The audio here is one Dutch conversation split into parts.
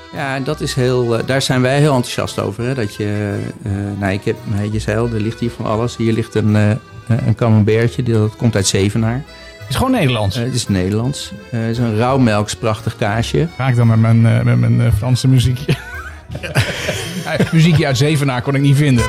Ja, dat is daar zijn wij heel enthousiast over. Hè? Dat je, je zei al, er ligt hier van alles. Hier ligt een camembertje, dat komt uit Zevenaar. Het is gewoon Nederlands? Het is Nederlands. Het is een rauwmelks prachtig kaasje. Ga ik dan met mijn Franse muziekje? Muziekje uit Zevenaar kon ik niet vinden.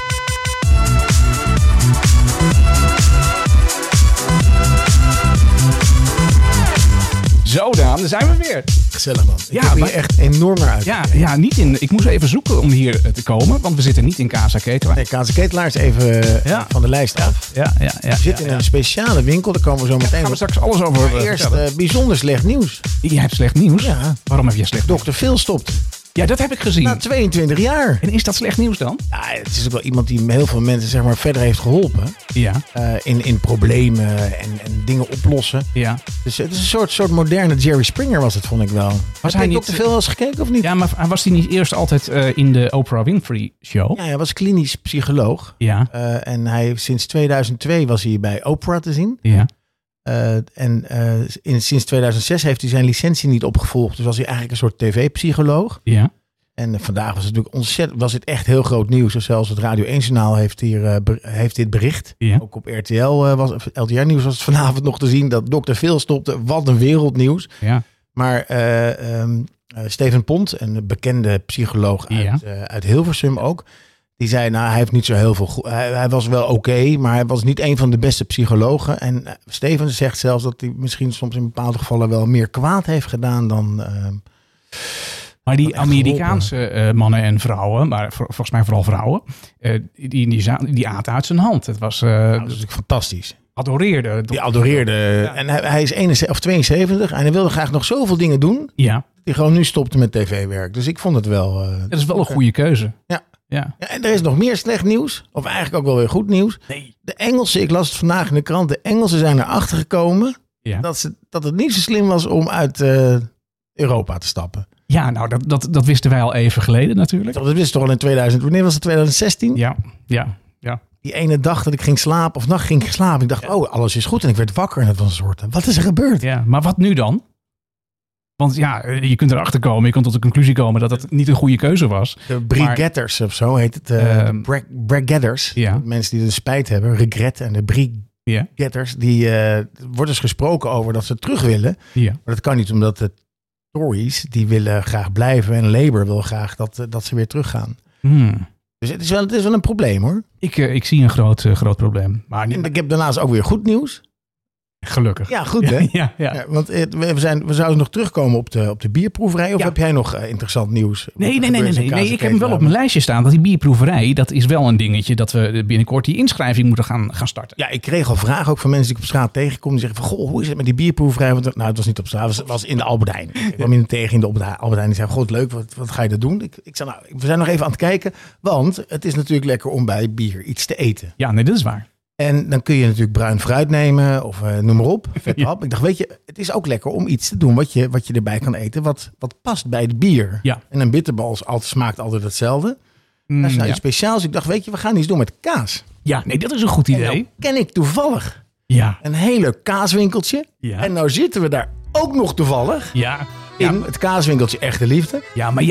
Zo Daan, daar zijn we weer. Gezellig man. Ik heb hier echt enorm naar uit. Ja, ik moest even zoeken om hier te komen, want we zitten niet in Casa Ketelaar. Nee, Casa Ketelaar is even van de lijst af. We zitten in een speciale winkel, daar komen we zo meteen. Daar gaan we straks alles over maar eerst bijzonder slecht nieuws. Je hebt slecht nieuws? Ja. Waarom heb je slecht nieuws? Dr. Phil stopt. Ja, dat heb ik gezien. Na 22 jaar. En is dat slecht nieuws dan? Ja, het is ook wel iemand die heel veel mensen zeg maar verder heeft geholpen. Ja. In problemen en dingen oplossen. Ja. Dus het is een soort moderne Jerry Springer was het, vond ik wel. Was hij niet Dr. Phil eens gekeken of niet? Ja, maar was hij niet eerst altijd in de Oprah Winfrey Show? Ja, hij was klinisch psycholoog. Ja. En sinds 2002 was hij bij Oprah te zien. Ja. Sinds 2006 heeft hij zijn licentie niet opgevolgd. Dus was hij eigenlijk een soort tv-psycholoog. Ja. En vandaag was het natuurlijk was het echt heel groot nieuws. Dus zelfs het Radio 1-journaal heeft dit bericht. Ja. Ook op LTR Nieuws was het vanavond nog te zien dat Dr. Phil stopte. Wat een wereldnieuws. Ja. Maar Steven Pont, een bekende psycholoog uit Hilversum ook. Die zei, hij heeft niet zo heel veel hij was wel oké, maar hij was niet een van de beste psychologen. En Steven zegt zelfs dat hij misschien soms in bepaalde gevallen wel meer kwaad heeft gedaan dan... Maar die Amerikaanse mannen en vrouwen, maar volgens mij vooral vrouwen, die aten uit zijn hand. Het was dat is natuurlijk fantastisch. Die adoreerde. Ja. En hij is 72 en hij wilde graag nog zoveel dingen doen. Ja. Die gewoon nu stopte met tv-werk. Dus ik vond het wel... dat is wel een goede keuze. Ja, en er is nog meer slecht nieuws. Of eigenlijk ook wel weer goed nieuws. Nee. De Engelsen, ik las het vandaag in de krant. De Engelsen zijn erachter gekomen dat het niet zo slim was om uit Europa te stappen. Ja, nou dat wisten wij al even geleden natuurlijk. Dat wisten toch al in 2000. Wanneer was het? 2016? Ja. Die ene dag dat ik ging slapen, of nacht ging ik slapen. Ik dacht, alles is goed. En ik werd wakker en het was een soort, wat is er gebeurd? Ja, maar wat nu dan? Want je kunt erachter komen, je kunt tot de conclusie komen dat het niet een goede keuze was. De Brigetters of zo heet het. Brigetters. Ja. Mensen die er spijt hebben. Regret en de Brigetters. Die wordt dus gesproken over dat ze terug willen. Ja. Maar dat kan niet omdat de Tories, die willen graag blijven. En Labour wil graag dat ze weer teruggaan. Dus het is wel een probleem hoor. Ik zie een groot probleem. Maar en ik heb daarnaast ook weer goed nieuws. Gelukkig. Ja, goed hè? Ja, want we zouden nog terugkomen op de bierproeverij. Of heb jij nog interessant nieuws? Nee. Ik heb hem wel op mijn lijstje staan. Dat die bierproeverij, dat is wel een dingetje dat we binnenkort die inschrijving moeten gaan starten. Ja, ik kreeg al vragen ook van mensen die ik op straat tegenkom. Die zeggen van, hoe is het met die bierproeverij? Want, het was niet op straat, het was in de Albert Heijn. Ik kwam in tegen in de Albert Heijn. Die zei, leuk, wat ga je dat doen? Ik zei, we zijn nog even aan het kijken. Want het is natuurlijk lekker om bij bier iets te eten. Ja, nee, dat is waar. En dan kun je natuurlijk bruin fruit nemen of noem maar op. Vethap. Ik dacht, weet je, het is ook lekker om iets te doen wat je erbij kan eten. Wat past bij het bier. Ja. En een bitterbal smaakt altijd hetzelfde. Dat is nou iets speciaals. Ik dacht, weet je, we gaan iets doen met kaas. Ja, nee, dat is een goed idee. En nou ken ik toevallig een heel leuk kaaswinkeltje. Ja. En nou zitten we daar ook nog toevallig. Ja. In het kaaswinkeltje Echte Liefde. Ja, maar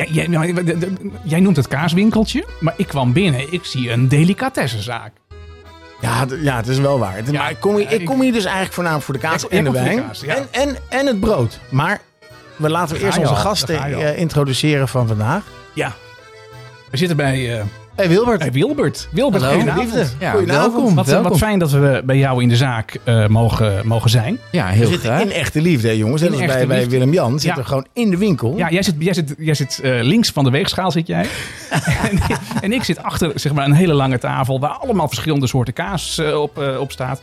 jij noemt het kaaswinkeltje. Maar ik kwam binnen, ik zie een delicatessenzaak. Ja, het is wel waar. Maar ik kom hier dus eigenlijk voornamelijk voor de kaas en de wijn. En het brood. Maar laten we eerst onze gasten introduceren van vandaag. Ja. We zitten bij... Wilbert. Wilbert, goedenavond. Ja, goedenavond. Wat fijn dat we bij jou in de zaak mogen zijn. Ja, heel graag. We zitten in Echte Liefde, hè, jongens. En bij Willem-Jan zitten we gewoon in de winkel. Ja, jij zit links van de weegschaal zit jij. en ik zit achter een hele lange tafel waar allemaal verschillende soorten kaas op staat.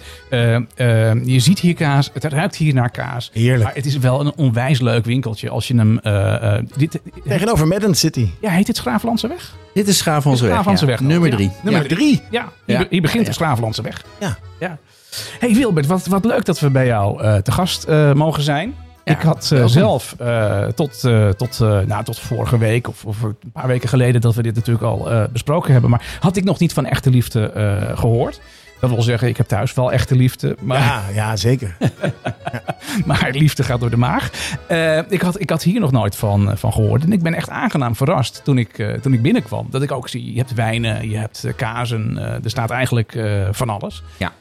Je ziet hier kaas, het ruikt hier naar kaas. Heerlijk. Maar het is wel een onwijs leuk winkeltje als je hem... Tegenover Madden City. Ja, heet dit Schraaflandseweg? Dit is Schraaflandseweg. Nummer 3. Nummer 3? Ja, hier begint de Schraaflandseweg. Ja. Hey Wilbert, wat leuk dat we bij jou te gast mogen zijn. Ja, ik had zelf tot vorige week of een paar weken geleden dat we dit natuurlijk al besproken hebben. Maar had ik nog niet van Echte Liefde gehoord. Dat wil zeggen, ik heb thuis wel echte liefde. Maar... Ja, zeker. Maar liefde gaat door de maag. Ik had hier nog nooit van gehoord. En ik ben echt aangenaam verrast toen ik binnenkwam. Dat ik ook zie, je hebt wijnen, je hebt kazen. Er staat eigenlijk van alles. Ja.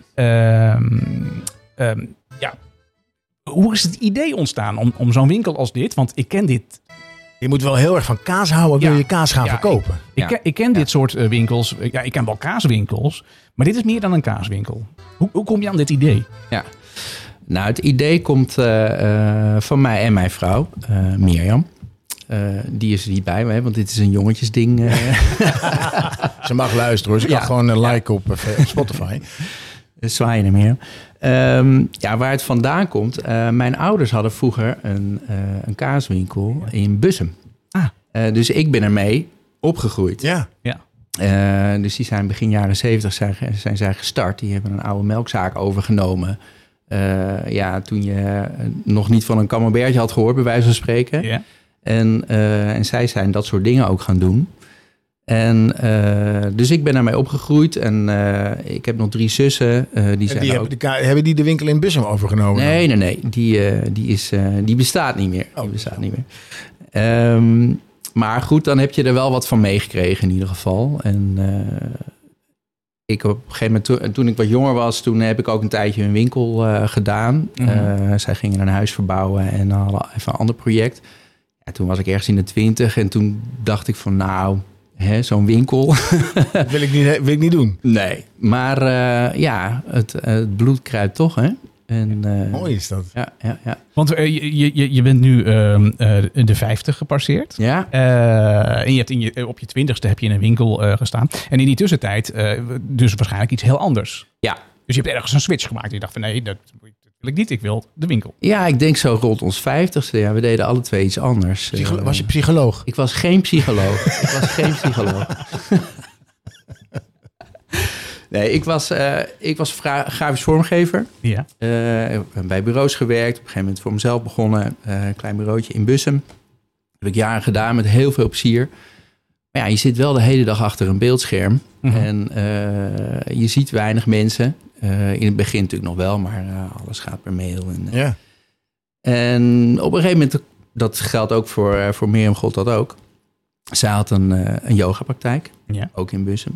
Hoe is het idee ontstaan om zo'n winkel als dit? Want ik ken dit... Je moet wel heel erg van kaas houden, wil je kaas gaan verkopen. Ik ken dit soort winkels. Ja, ik ken wel kaaswinkels. Maar dit is meer dan een kaaswinkel. Hoe kom je aan dit idee? Ja. Nou, het idee komt van mij en mijn vrouw, Mirjam. Die is er niet bij me, want dit is een jongetjesding. Ze mag luisteren hoor. Ze kan gewoon een like op Spotify. Zwaaien er meer. Waar het vandaan komt. Mijn ouders hadden vroeger een kaaswinkel in Bussum. Dus ik ben ermee opgegroeid. Ja. Dus die zijn begin jaren 70 zijn zij gestart. Die hebben een oude melkzaak overgenomen. Toen je nog niet van een camembertje had gehoord, bij wijze van spreken. Ja. En zij zijn dat soort dingen ook gaan doen. En dus ik ben daarmee opgegroeid en ik heb nog 3 zussen. Hebben die de winkel in Bussum overgenomen? Nee. Die bestaat niet meer. Maar goed, dan heb je er wel wat van meegekregen in ieder geval. En ik op een gegeven moment, toen ik wat jonger was, toen heb ik ook een tijdje een winkel gedaan. Mm-hmm. Zij gingen een huis verbouwen en hadden even een ander project. Ja, toen was ik ergens in de 20 en toen dacht ik van zo'n winkel. Dat wil ik niet doen. Nee, maar het bloed kruipt toch, hè? En, mooi is dat. Ja. Want je bent nu de 50 gepasseerd. Ja. En je hebt op je 20ste heb je in een winkel gestaan. En in die tussentijd dus waarschijnlijk iets heel anders. Ja. Dus je hebt ergens een switch gemaakt. Je dacht van nee, dat wil ik niet. Ik wil de winkel. Ja, ik denk zo rond ons 50ste. Ja, we deden alle 2 iets anders. Was je psycholoog? Ik was geen psycholoog. Nee, ik was grafisch vormgever. Ja. Bij bureaus gewerkt. Op een gegeven moment voor mezelf begonnen. Een klein bureautje in Bussum. Dat heb ik jaren gedaan met heel veel plezier. Maar ja, je zit wel de hele dag achter een beeldscherm. Mm-hmm. En je ziet weinig mensen. In het begin natuurlijk nog wel, maar alles gaat per mail. En op een gegeven moment, dat geldt ook voor Mirjam God dat ook. Zij had een yogapraktijk, ook in Bussum.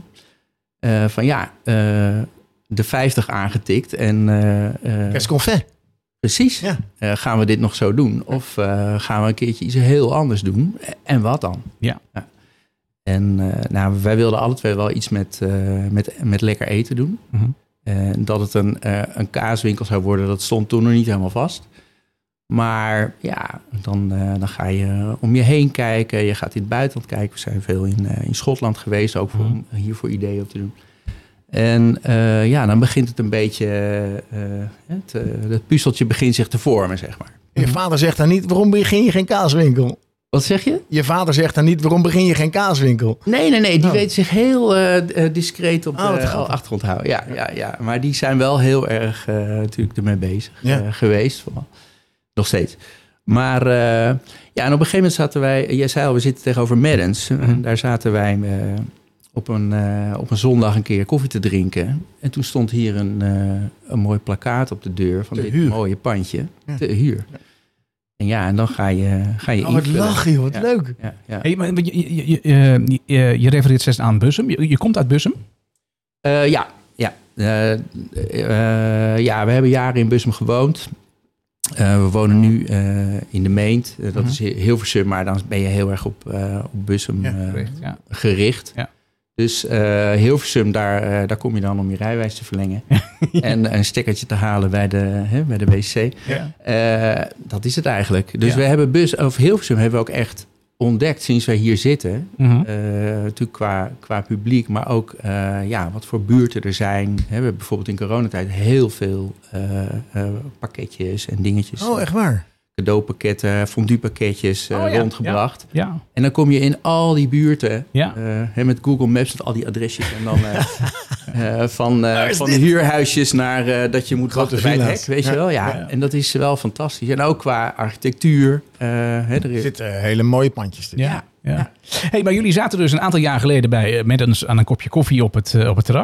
De 50 aangetikt. En qu'est-ce qu'on fait? Precies. Ja. Gaan we dit nog zo doen? Of gaan we een keertje iets heel anders doen? En wat dan? Ja. En wij wilden alle 2 wel iets met lekker eten doen. Mm-hmm. Dat het een kaaswinkel zou worden, dat stond toen nog niet helemaal vast. Maar ja, dan ga je om je heen kijken. Je gaat in het buitenland kijken. We zijn veel in Schotland geweest, ook om hiervoor ideeën op te doen. En dan begint het een beetje... het puzzeltje begint zich te vormen, zeg maar. Je vader zegt dan niet, waarom begin je geen kaaswinkel? Wat zeg je? Je vader zegt dan niet, waarom begin je geen kaaswinkel? Nee. Die weet zich heel discreet op de achtergrond houden. Ja. Maar die zijn wel heel erg natuurlijk ermee bezig geweest. Nog steeds. Maar en op een gegeven moment zaten wij... Jij zei al, we zitten tegenover Maddens. En daar zaten wij op een zondag een keer koffie te drinken. En toen stond hier een mooi plakkaat op de deur van dit mooie pandje. Ja. Te huur. Ja. En dan ga je wat lachen, joh. Wat leuk. Ja. Hey, maar je refereert steeds aan Bussum. Je komt uit Bussum? Ja. We hebben jaren in Bussum gewoond. We wonen nu in de Meent. Dat is Hilversum, maar dan ben je heel erg op Bussum gericht. Ja. Dus Hilversum, daar kom je dan om je rijwijs te verlengen. En een stekkertje te halen bij de wc. Ja. Dat is het eigenlijk. Dus we hebben Hilversum hebben we ook echt ontdekt sinds wij hier zitten. Natuurlijk qua publiek, maar ook wat voor buurten er zijn. We hebben bijvoorbeeld in coronatijd heel veel pakketjes en dingetjes. Oh, echt waar? Cadeaupakketten, fonduepakketjes rondgebracht. Ja. En dan kom je in al die buurten met Google Maps met al die adresjes. En dan van de huurhuisjes naar dat je moet wachten bij het hek. Weet je wel? Ja. En dat is wel fantastisch. En ook qua architectuur. Er zitten hele mooie pandjes tussen. Ja. Hey, maar jullie zaten dus een aantal jaar geleden bij Maddens aan een kopje koffie op het terras.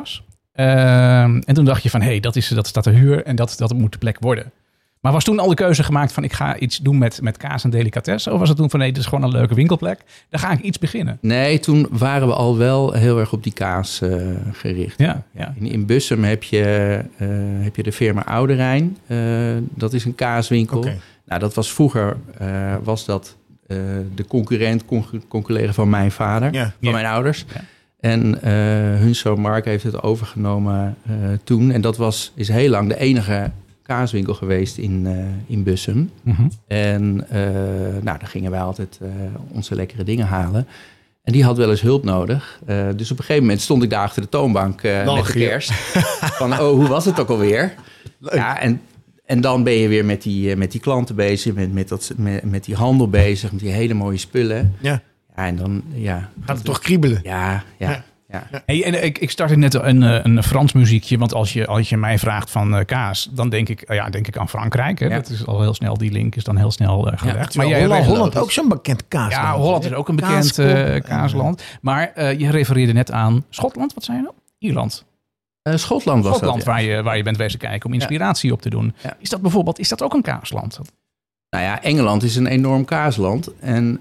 En toen dacht je van, dat staat te huur en dat moet de plek worden. Maar was toen al de keuze gemaakt van ik ga iets doen met kaas en delicatessen? Of was het toen van dit is gewoon een leuke winkelplek. Dan ga ik iets beginnen. Nee, toen waren we al wel heel erg op die kaas gericht. Ja. In Bussum heb je de firma Ouderijn. Dat is een kaaswinkel. Okay. Nou, dat was vroeger was dat de concurrent van mijn vader, van mijn ouders. Ja. En hun zoon Mark heeft het overgenomen toen. En dat is heel lang de enige kaaswinkel geweest in Bussum. Mm-hmm. En daar gingen wij altijd onze lekkere dingen halen. En die had wel eens hulp nodig. Dus op een gegeven moment stond ik daar achter de toonbank met de kerst. Van, hoe was het ook alweer? Leuk. Ja, en dan ben je weer met die klanten bezig, met die handel bezig, met die hele mooie spullen. Ja. Ja, en dan gaat het toch kriebelen? Ja. Hey, en ik startte net een Frans muziekje, want als je mij vraagt van kaas, dan denk ik aan Frankrijk. Hè? Ja. Dat is al heel snel, die link is dan heel snel gelegd. Ja, maar Holland ook zo'n bekend kaasland. Ja, Holland is ook een bekend kaasland. Maar je refereerde net aan Schotland, wat zei je nou? Ierland. Schotland was dat, waar je bent wezen kijken om inspiratie op te doen. Ja. Is dat ook een kaasland? Nou ja, Engeland is een enorm kaasland. En,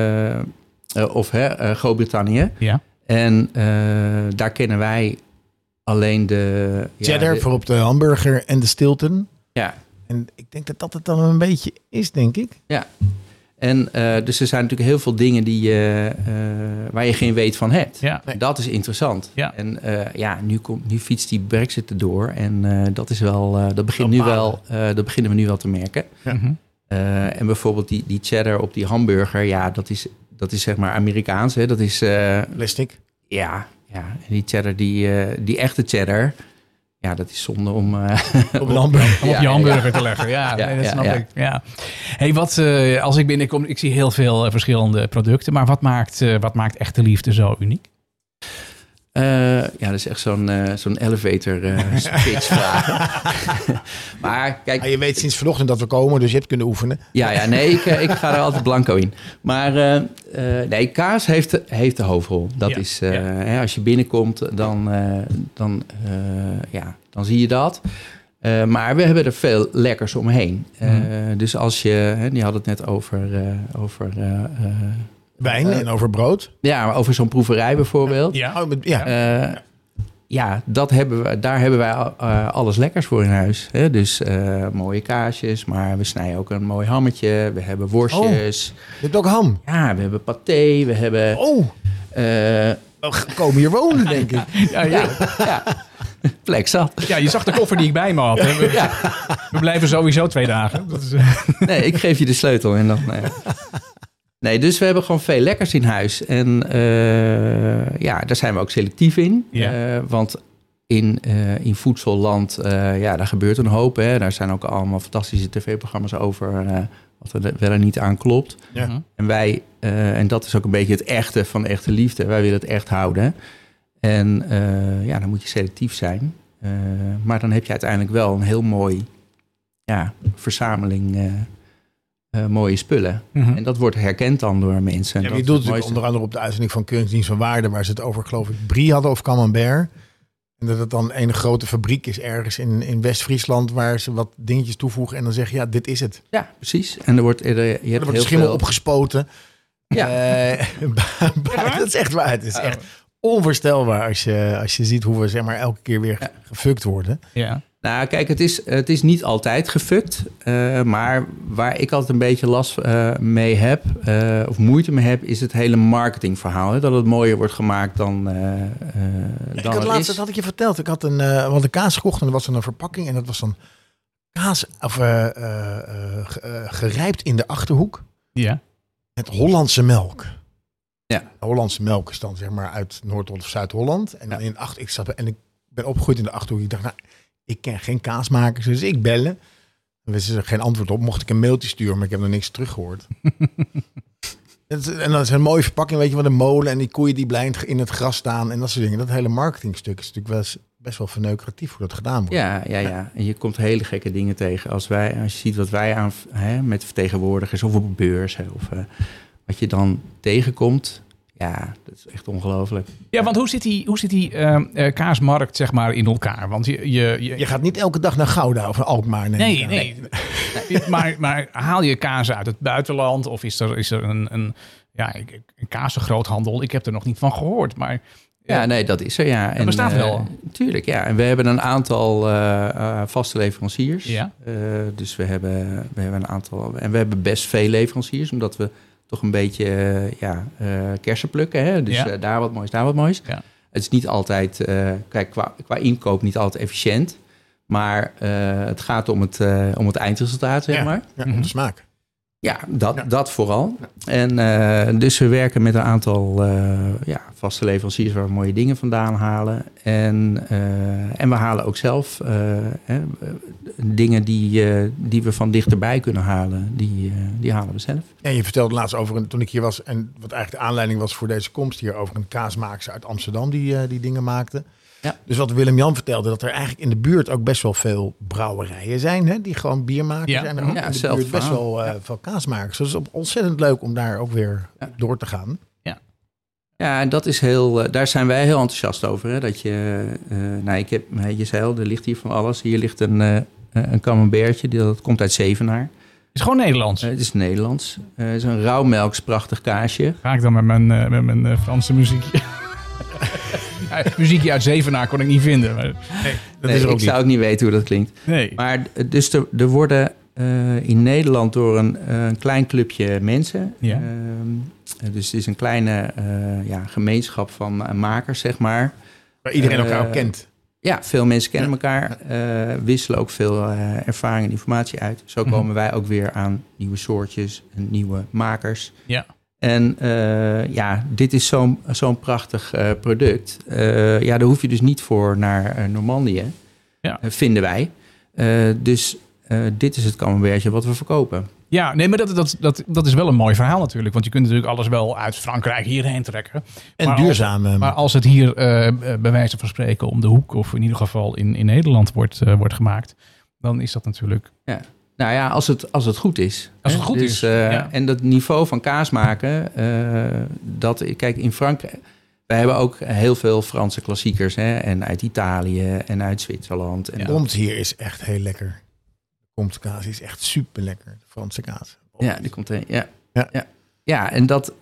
Groot-Brittannië. Ja. En daar kennen wij alleen de cheddar voor op de hamburger en de Stilton. Ja. En ik denk dat het dan een beetje is, denk ik. Ja. En dus er zijn natuurlijk heel veel dingen waar je geen weet van hebt. Ja. Nee. Dat is interessant. Ja. En nu fietst die Brexit erdoor. En dat is wel, dat beginnen we nu wel te merken. Ja. En bijvoorbeeld die cheddar op die hamburger, dat is zeg maar Amerikaans. Hè? Dat is plastic. Ja. En die cheddar, die echte cheddar. Ja, dat is zonde om op je hamburger te leggen. Ja, dat snap ik. Ja. Hey, als ik binnenkom, ik zie heel veel verschillende producten. Maar wat maakt echte liefde zo uniek? Dat is echt zo'n elevator speech vraag. Maar kijk, je weet sinds vanochtend dat we komen, dus je hebt kunnen oefenen. Ik ga er altijd blanco in. Maar kaas heeft de hoofdrol. Dat is, als je binnenkomt, dan zie je dat. Maar we hebben er veel lekkers omheen. Dus als je, die had het net over wijn en over brood. Ja, maar over zo'n proeverij bijvoorbeeld. Daar hebben wij alles lekkers voor in huis. Hè? Dus mooie kaasjes, maar we snijden ook een mooi hammetje. We hebben worstjes. Je hebt ook ham? Ja, we hebben paté. We hebben... we komen hier wonen, denk ik. Ja. Plek zat. Ja, je zag de koffer die ik bij me had. Hè? We blijven sowieso 2 dagen. Dat is, Nee, ik geef je de sleutel en dan... Nee, dus we hebben gewoon veel lekkers in huis. En daar zijn we ook selectief in. Ja. Want in voedselland, daar gebeurt een hoop. Hè. Daar zijn ook allemaal fantastische tv-programma's over... wat er wel en niet aan klopt. Ja. En wij, en dat is ook een beetje het echte van echte liefde. Wij willen het echt houden. En dan moet je selectief zijn. Maar dan heb je uiteindelijk wel een heel mooi verzameling... mooie spullen. Mm-hmm. En dat wordt herkend dan door mensen. Ja, je doet natuurlijk onder andere op de uitzending van Keuringsdienst van Waarde... waar ze het over, geloof ik, Brie hadden of Camembert. En dat het dan een grote fabriek is ergens in West-Friesland... waar ze wat dingetjes toevoegen en dan zeg je, dit is het. Ja, precies. En er wordt schimmel opgespoten. Ja. Dat is echt waar. Het is echt onvoorstelbaar als je ziet hoe we zeg maar elke keer weer gefukt worden. Ja. Nou, kijk, het is niet altijd gefukt. Maar waar ik altijd een beetje last mee heb, of moeite mee heb, is het hele marketingverhaal. Hè? Dat het mooier wordt gemaakt dan dat had ik je verteld. Ik had een kaas gekocht en er was een verpakking. En dat was dan kaas gerijpt in de Achterhoek. Ja. Met Hollandse melk. Ja. Hollandse melk is dan zeg maar uit Noord- of Zuid-Holland. En dan ik ben opgegroeid in de Achterhoek. Ik dacht, ik ken geen kaasmakers, dus ik bellen. Er is er geen antwoord op. Mocht ik een mailtje sturen, maar ik heb nog niks teruggehoord. En dat is een mooie verpakking, weet je, van de molen en die koeien die blind in het gras staan en dat soort dingen. Dat hele marketingstuk is natuurlijk best wel verneukeratief hoe dat gedaan wordt. Ja. En je komt hele gekke dingen tegen. Als je ziet wat wij met vertegenwoordigers of op beurs, of wat je dan tegenkomt. Ja, dat is echt ongelooflijk. Ja, want hoe zit die kaasmarkt zeg maar in elkaar? Want je gaat niet elke dag naar Gouda of naar Alkmaar. Nee. maar haal je kaas uit het buitenland? Of is er een kazengroothandel? Ik heb er nog niet van gehoord, maar... Ja, nee, dat is er, ja. Dat bestaat wel. Tuurlijk, ja. En we hebben een aantal vaste leveranciers. Ja. Dus we hebben een aantal... En we hebben best veel leveranciers, omdat we toch een beetje kersen plukken. Hè? Dus daar wat moois, daar wat moois. Ja. Het is niet altijd... kijk, qua inkoop niet altijd efficiënt. Maar het gaat om het eindresultaat, zeg maar. Ja, om de smaak. Ja, dat vooral. En dus we werken met een aantal vaste leveranciers waar we mooie dingen vandaan halen. En we halen ook zelf dingen die we van dichterbij kunnen halen. Die halen we zelf. En je vertelde laatst over, toen ik hier was, en wat eigenlijk de aanleiding was voor deze komst hier, over een kaasmaakster uit Amsterdam die dingen maakte. Ja. Dus wat Willem-Jan vertelde, dat er eigenlijk in de buurt ook best wel veel brouwerijen zijn, hè, die gewoon bier maken. Ja. Zijn er ook in de buurt best wel veel kaasmakers. Dus het is ontzettend leuk om daar ook weer door te gaan. Ja, en dat is daar zijn wij heel enthousiast over. Hè? Dat je, je zei al, er ligt hier van alles. Hier ligt een camembertje, dat komt uit Zevenaar. Het is gewoon Nederlands? Het is Nederlands. Het is een rauwmelks prachtig kaasje. Ga ik dan met mijn Franse muziekje? Muziekje uit Zevenaar kon ik niet vinden. Maar... ik zou ook niet weten hoe dat klinkt. Nee. Maar dus er worden in Nederland door een klein clubje mensen... Ja. Dus het is een kleine gemeenschap van makers, zeg maar. Waar iedereen elkaar ook kent. Ja, veel mensen kennen elkaar. Wisselen ook veel ervaring en informatie uit. Zo komen wij ook weer aan nieuwe soortjes en nieuwe makers. Ja. En dit is zo'n prachtig product. Daar hoef je dus niet voor naar Normandië, vinden wij. Dus dit is het camembertje wat we verkopen. Ja, nee, maar dat is wel een mooi verhaal natuurlijk. Want je kunt natuurlijk alles wel uit Frankrijk hierheen trekken. En duurzaam. Maar als het hier bij wijze van spreken om de hoek... of in ieder geval in Nederland wordt gemaakt... dan is dat natuurlijk... Ja. Nou ja, als het goed is. Als het goed is. En dat niveau van kaas maken... kijk, in Frankrijk... Wij hebben ook heel veel Franse klassiekers. Hè, en uit Italië en uit Zwitserland. En Komt hier is echt heel lekker. Kaas is echt super lekker. De Franse kaas. Ja, die komt er. Ja, en dat...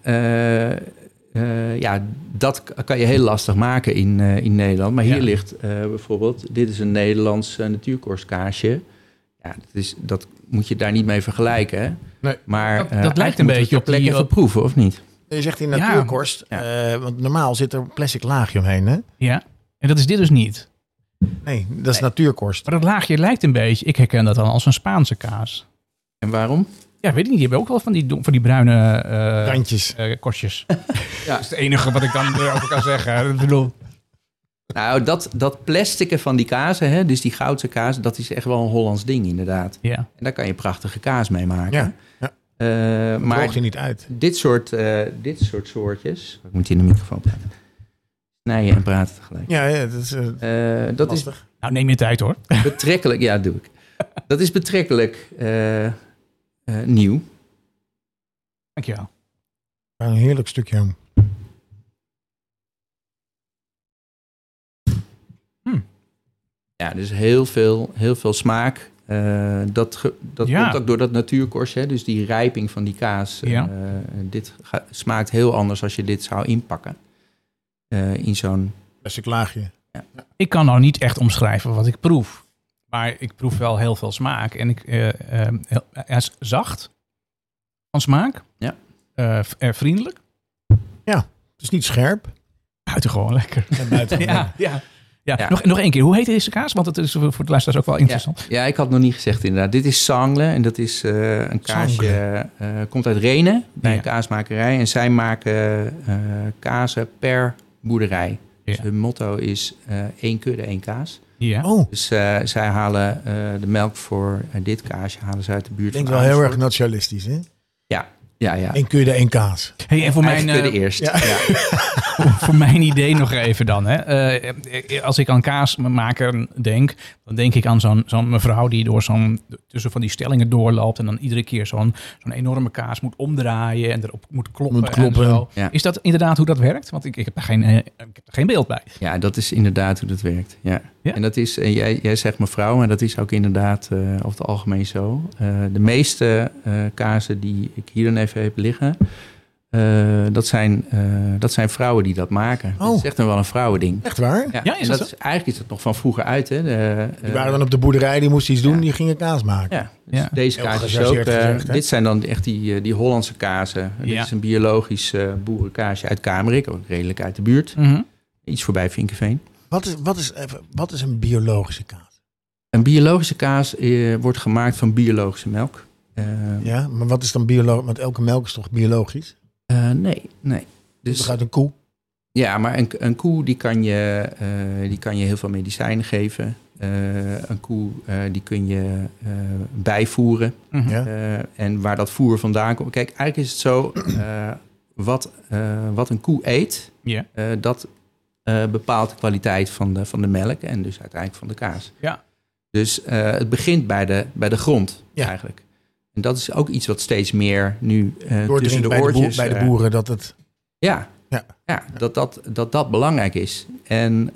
dat kan je heel lastig maken in Nederland. Maar hier ligt bijvoorbeeld... Dit is een Nederlands natuurkorstkaasje. Ja, dat moet je daar niet mee vergelijken. Hè? Nee, maar dat lijkt een beetje op plek even proeven, of niet? Je zegt in natuurkorst, want normaal zit er een plastic laagje omheen, hè? Ja, en dat is dit dus niet. Nee, dat is natuurkorst. Maar dat laagje lijkt een beetje, ik herken dat dan als een Spaanse kaas. En waarom? Ja, weet ik niet. Die hebben ook wel van die bruine randjes. Korstjes. Dat is het enige wat ik dan erover kan zeggen. Ik bedoel... Nou, dat plastieken van die kazen, hè, dus die Goudse kaas, dat is echt wel een Hollands ding inderdaad. Ja. En daar kan je prachtige kaas mee maken. Ja. Maar droogt je niet uit. Dit soort soortjes, ik moet in de microfoon praten. Snijden en praten tegelijk. Ja, dat is lastig. Nou, neem je tijd hoor. Betrekkelijk, ja, doe ik. Dat is betrekkelijk nieuw. Dankjewel. Een heerlijk stukje. Ja, dus heel veel smaak. Dat komt ook door dat natuurkorst. Hè? Dus die rijping van die kaas. Dit smaakt heel anders als je dit zou inpakken. In zo'n... plastic laagje. Ja. Ik kan nou niet echt omschrijven wat ik proef. Maar ik proef wel heel veel smaak. En hij is zacht van smaak. Ja. Vriendelijk. Ja, het is niet scherp. Buitengewoon lekker. Ja. Ja. Nog één keer. Hoe heet deze kaas? Want het is voor de luisteraars ook wel interessant. Ja, ik had nog niet gezegd inderdaad. Dit is Sangle. En dat is een kaasje. Komt uit Renen. Bij een kaasmakerij. En zij maken kazen per boerderij. Ja. Dus hun motto is 1 kudde, 1 kaas. Ja. Dus zij halen de melk voor dit kaasje halen ze uit de buurt. Klinkt wel heel erg nationalistisch, hè? Ja. Ja. Eén kudde, één kaas. Hey, en voor mijn eerst. Ja. Voor mijn idee nog even dan. Hè. Als ik aan kaasmaker denk, dan denk ik aan zo'n mevrouw die door tussen van die stellingen doorloopt en dan iedere keer zo'n enorme kaas moet omdraaien en erop moet kloppen. En zo. Ja. Is dat inderdaad hoe dat werkt? Want ik heb er geen beeld bij. Ja, dat is inderdaad hoe dat werkt. Ja. En dat is, jij zegt mevrouw, maar dat is ook inderdaad over het algemeen zo. De meeste kazen die ik hier dan even heb liggen, dat zijn vrouwen die dat maken. Dat is echt wel een vrouwending. Echt waar? Ja, is dat eigenlijk is dat nog van vroeger uit. Hè? Die waren dan op de boerderij, die moesten iets doen, die gingen kaas maken. Ja, dus deze kaas is ook. Dit zijn dan echt die Hollandse kazen. Ja. Dit is een biologisch boerenkaasje uit Kamerik, ook redelijk uit de buurt. Mm-hmm. Iets voorbij Vinkeveen. Wat is een biologische kaas? Een biologische kaas wordt gemaakt van biologische melk. Ja, maar wat is dan biologisch? Want elke melk is toch biologisch? Nee. Dus gaat een koe? Ja, maar een koe die kan je heel veel medicijnen geven. Een koe die kun je bijvoeren. Mm-hmm. En waar dat voer vandaan komt. Kijk, eigenlijk is het zo, wat een koe eet, dat bepaalt de kwaliteit van de melk en dus uiteindelijk van de kaas. Ja. Dus het begint bij de grond eigenlijk. En dat is ook iets wat steeds meer nu tussen de oortjes... bij de boeren dat het... Ja, dat belangrijk is. En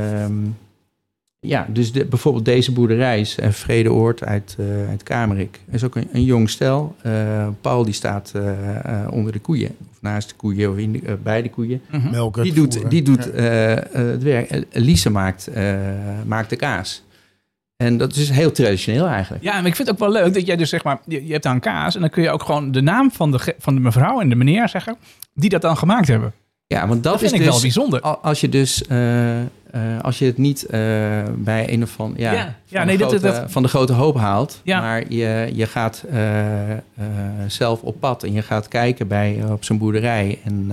dus bijvoorbeeld deze boerderij is Vredeoord uit Kamerik. Er is ook een jong stel. Paul die staat onder de koeien. Of naast de koeien of bij de koeien. Mm-hmm. Melken, die doet het werk. Lise maakt de kaas. En dat is heel traditioneel eigenlijk. Ja, maar ik vind het ook wel leuk dat jij dus zeg maar... Je hebt dan kaas en dan kun je ook gewoon de naam van de mevrouw en de meneer zeggen... die dat dan gemaakt hebben. Ja, want dat vind is ik dus, wel bijzonder. Als je dus... als je het niet bij een of van de grote hoop haalt... maar je gaat zelf op pad en je gaat kijken op zo'n boerderij... en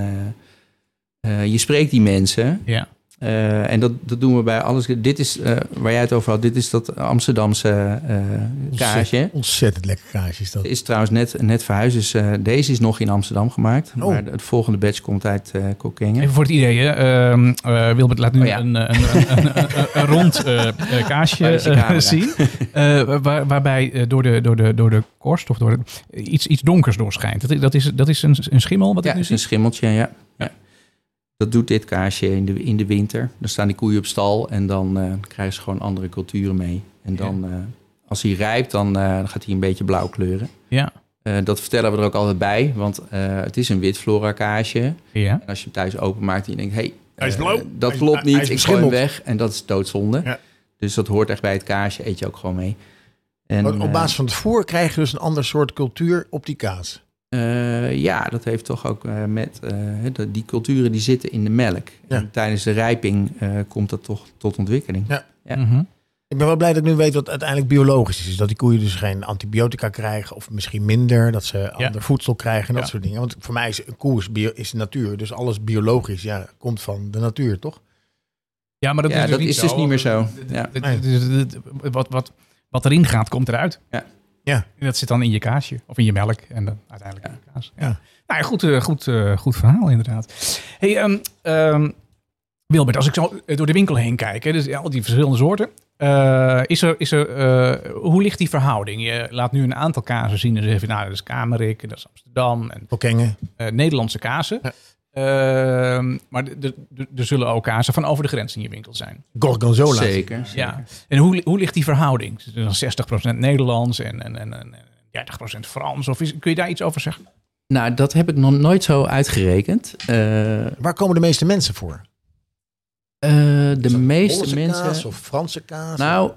je spreekt die mensen... Ja. En dat doen we bij alles. Dit is, waar jij het over had, dit is dat Amsterdamse kaasje. Ontzettend lekker kaasje is dat. Het is trouwens net verhuisd, dus deze is nog in Amsterdam gemaakt. Oh. Maar het volgende batch komt uit Kockengen. Even voor het idee, Wilbert laat nu een rond kaasje zien. Waarbij door de korst of door iets donkers doorschijnt. Dat is een schimmel? Wat het is een schimmeltje, ja. Dat doet dit kaasje in de winter. Dan staan die koeien op stal en dan krijgen ze gewoon andere culturen mee. En dan, als hij rijpt, dan gaat hij een beetje blauw kleuren. Ja. Dat vertellen we er ook altijd bij, want het is een wit flora kaasje. Ja. En als je hem thuis openmaakt en je denkt, hij is blauw. Dat klopt niet, ik gooi hem weg. En dat is doodzonde. Ja. Dus dat hoort echt bij het kaasje, eet je ook gewoon mee. En, op basis van het voer krijg je dus een ander soort cultuur op die kaas. Dat heeft toch ook met die culturen die zitten in de melk. Ja. En tijdens de rijping komt dat toch tot ontwikkeling. Ja. Ja. Mm-hmm. Ik ben wel blij dat ik nu weet wat uiteindelijk biologisch is. Dat die koeien dus geen antibiotica krijgen of misschien minder. Dat ze ander voedsel krijgen en dat soort dingen. Want voor mij is een koe is natuur. Dus alles biologisch komt van de natuur, toch? Ja, maar dat is dus niet meer zo. Wat erin gaat, komt eruit. Ja. Ja. En dat zit dan in je kaasje of in je melk en dan uiteindelijk in je kaas. Ja. Nou ja, goed verhaal inderdaad. Hey, Wilbert, als ik zo door de winkel heen kijk, dus al die verschillende soorten, hoe ligt die verhouding? Je laat nu een aantal kazen zien en zeggen, dat is Kamerik, dat is Amsterdam en Kockengen. Nederlandse kazen. Ja. Maar er zullen ook kazen van over de grens in je winkel zijn. Gorgonzola. Zeker. Ja. En hoe ligt die verhouding? Is het dan 60% Nederlands en 30% Frans? Of kun je daar iets over zeggen? Nou, dat heb ik nog nooit zo uitgerekend. Waar komen de meeste mensen voor? De meeste mensen... kaas of Franse kaas? Nou,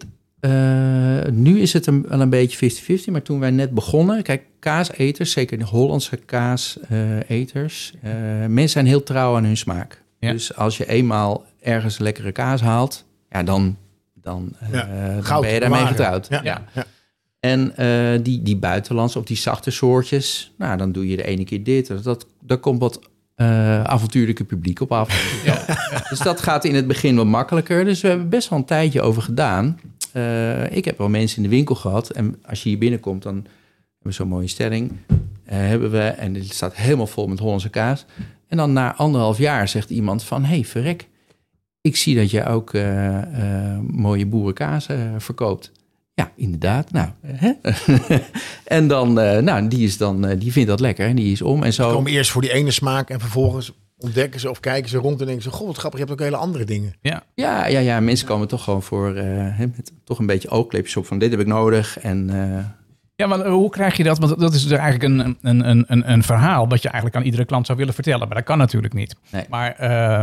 nu is het wel een beetje 50-50. Maar toen wij net begonnen... Kijk, kaaseters, zeker de Hollandse kaaseters... mensen zijn heel trouw aan hun smaak. Ja. Dus als je eenmaal ergens lekkere kaas haalt... dan ben je daarmee getrouwd. Ja. Ja. Ja. En die buitenlandse of die zachte soortjes... Nou, dan doe je de ene keer dit. Daar komt wat avontuurlijke publiek op af. Ja. Dus dat gaat in het begin wat makkelijker. Dus we hebben best wel een tijdje over gedaan. Ik heb wel mensen in de winkel gehad. En als je hier binnenkomt, dan hebben we zo'n mooie stelling. hebben we... en dit staat helemaal vol met Hollandse kaas. En dan na 1,5 jaar zegt iemand van... hey, verrek, ik zie dat je ook mooie boerenkaas verkoopt. Ja, inderdaad. Nou, hè? En dan, die vindt dat lekker en die is om. En zo. Ze komen eerst voor die ene smaak en vervolgens ontdekken ze of kijken ze rond en denken ze... goh, wat grappig, je hebt ook hele andere dingen. Ja. Mensen komen toch gewoon voor met toch een beetje oogkleepjes op van dit heb ik nodig. En, Ja, maar hoe krijg je dat? Want dat is eigenlijk een verhaal wat je eigenlijk aan iedere klant zou willen vertellen. Maar dat kan natuurlijk niet. Nee. Maar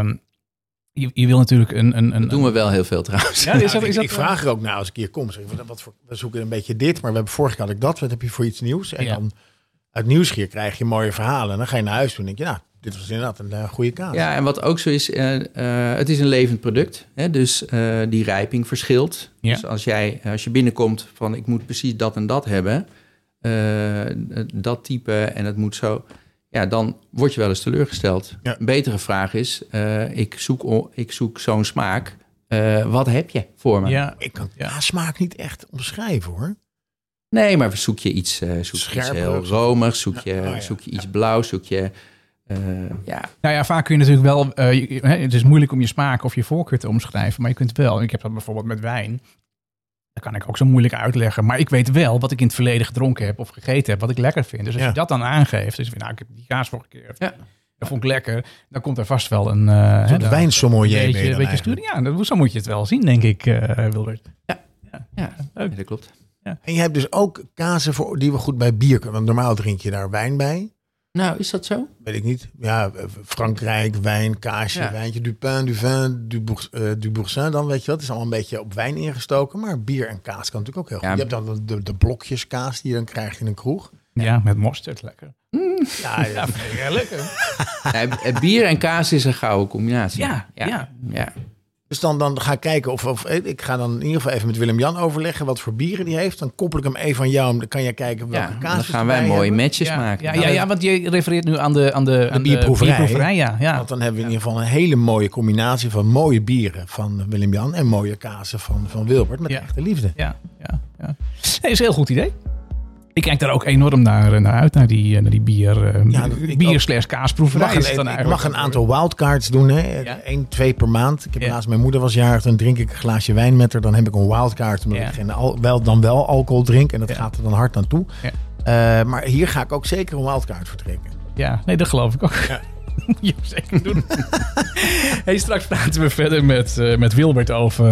je wil natuurlijk dat doen we wel heel veel trouwens. Ja, ik vraag er ook naar als ik hier kom. Zeg, we zoeken een beetje dit, maar we hebben vorige keer had ik dat. Wat heb je voor iets nieuws? En dan uit nieuwsgier krijg je mooie verhalen. En dan ga je naar huis toe en denk je, nou, dit was inderdaad een goede kaas. Ja, en wat ook zo is, het is een levend product. Hè, dus die rijping verschilt. Ja. Dus als je binnenkomt van ik moet precies dat en dat hebben. Dat type en het moet zo. Ja, dan word je wel eens teleurgesteld. Ja. Een betere vraag is, ik zoek zo'n smaak. Wat heb je voor me? Ja, ik kan smaak niet echt omschrijven hoor. Nee, maar zoek je iets heel romig, zoek je iets blauw, zoek je... Nou ja, vaak kun je natuurlijk wel... het is moeilijk om je smaak of je voorkeur te omschrijven, maar je kunt wel... Ik heb dat bijvoorbeeld met wijn. Dat kan ik ook zo moeilijk uitleggen. Maar ik weet wel wat ik in het verleden gedronken heb of gegeten heb, wat ik lekker vind. Dus als je dat dan aangeeft, dus ik heb die kaas vorige keer... Dat vond ik lekker. Dan komt er vast wel een... wijnsommelier beetje studie. Ja, zo moet je het wel zien, denk ik, Wilbert. Ja, dat klopt. Ja. En je hebt dus ook kazen die we goed bij bier kunnen. Want normaal drink je daar wijn bij. Nou, is dat zo? Weet ik niet. Ja, Frankrijk, wijn, kaasje, wijntje, du pain, du vin, du boursin. Dan weet je wat, het is allemaal een beetje op wijn ingestoken. Maar bier en kaas kan natuurlijk ook heel goed. Je hebt dan de blokjes kaas die je dan krijgt in een kroeg. Ja, met mosterd, lekker. Ja, vind ik heel lekker. Bier en kaas is een gouden combinatie. Ja. Dus dan ga ik kijken of ik ga dan in ieder geval even met Willem-Jan overleggen wat voor bieren die heeft. Dan koppel ik hem even aan jou. Dan kan je kijken welke kaas. Dan gaan wij mooie matches maken. Ja, want je refereert nu aan de bierproeverij. Ja. Want dan hebben we in ieder geval een hele mooie combinatie van mooie bieren van Willem-Jan en mooie kazen van Wilbert met echte liefde. Ja. Nee, is een heel goed idee. Ik kijk daar ook enorm naar uit, naar die bier/kaasproeverij. Ik mag een aantal wildcards doen, hè? 1-2 per maand. Ik heb naast mijn moeder was jarig, dan drink ik een glaasje wijn met haar. Dan heb ik een wildcard, omdat ik dan wel alcohol drink. En dat gaat er dan hard aan toe. Ja. Maar hier ga ik ook zeker een wildcard vertrekken. Ja, nee, dat geloof ik ook. Ja. Moet je zeker doen. Hey, straks praten we verder met Wilbert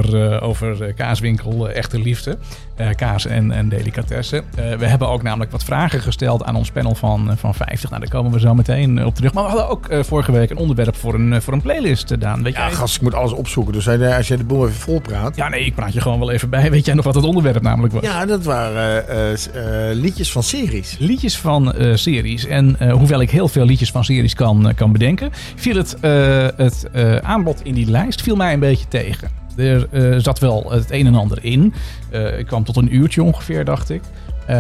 over kaaswinkel Echte Liefde. Kaas en delicatessen. We hebben ook namelijk wat vragen gesteld aan ons panel van 50. Nou, daar komen we zo meteen op terug. Maar we hadden ook vorige week een onderwerp voor een playlist, Daan. Weet jij? Gast, ik moet alles opzoeken. Dus als jij de boel even vol praat. Ja, nee, ik praat je gewoon wel even bij. Weet jij nog wat het onderwerp namelijk was? Ja, dat waren liedjes van series. Liedjes van series. En hoewel ik heel veel liedjes van series kan bedenken, viel het aanbod in die lijst viel mij een beetje tegen. Er zat wel het een en ander in. Ik kwam tot een uurtje ongeveer, dacht ik.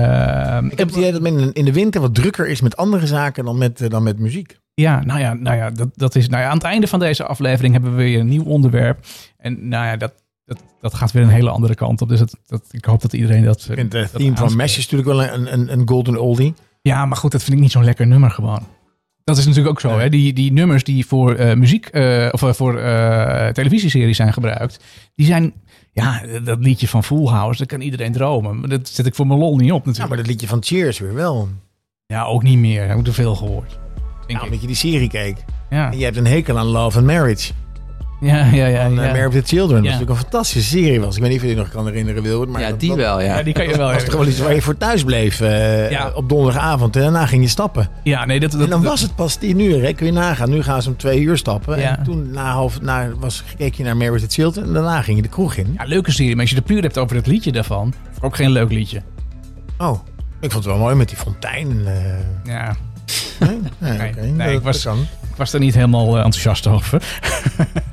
Ik heb het idee dat men in de winter wat drukker is met andere zaken dan met muziek. Ja, nou ja, dat is... Nou ja, aan het einde van deze aflevering hebben we weer een nieuw onderwerp. En nou ja, dat gaat weer een hele andere kant op. Dus ik hoop dat iedereen dat... Ik vind het theme van Mesh is natuurlijk wel een golden oldie. Ja, maar goed, dat vind ik niet zo'n lekker nummer gewoon. Dat is natuurlijk ook zo. Hè? Die nummers die voor muziek of voor televisieseries zijn gebruikt, die zijn, dat liedje van Full House, dat kan iedereen dromen. Maar dat zet ik voor mijn lol niet op natuurlijk. Ja, maar dat liedje van Cheers weer wel. Ja, ook niet meer. Dat heb ik te veel gehoord. Omdat je die serie keek. Ja. En je hebt een hekel aan Love and Marriage. Ja. Married with Children. Dat is natuurlijk een fantastische serie was. Ik weet niet of je die nog kan herinneren, Wilbert. Maar die wel, ja. Die kan je wel. Was toch wel iets waar je voor thuis bleef op donderdagavond. En daarna ging je stappen. Ja, nee, en dan was het pas 10 uur. Hè? Kun je nagaan. Nu gaan ze om 2 uur stappen. Ja. En toen keek je naar Married with Children. En daarna ging je de kroeg in. Ja, leuke serie. Maar als je het puur hebt over het liedje daarvan. Ook geen leuk liedje. Oh, ik vond het wel mooi met die fontein. Ja. Nee, ik was er niet helemaal enthousiast over.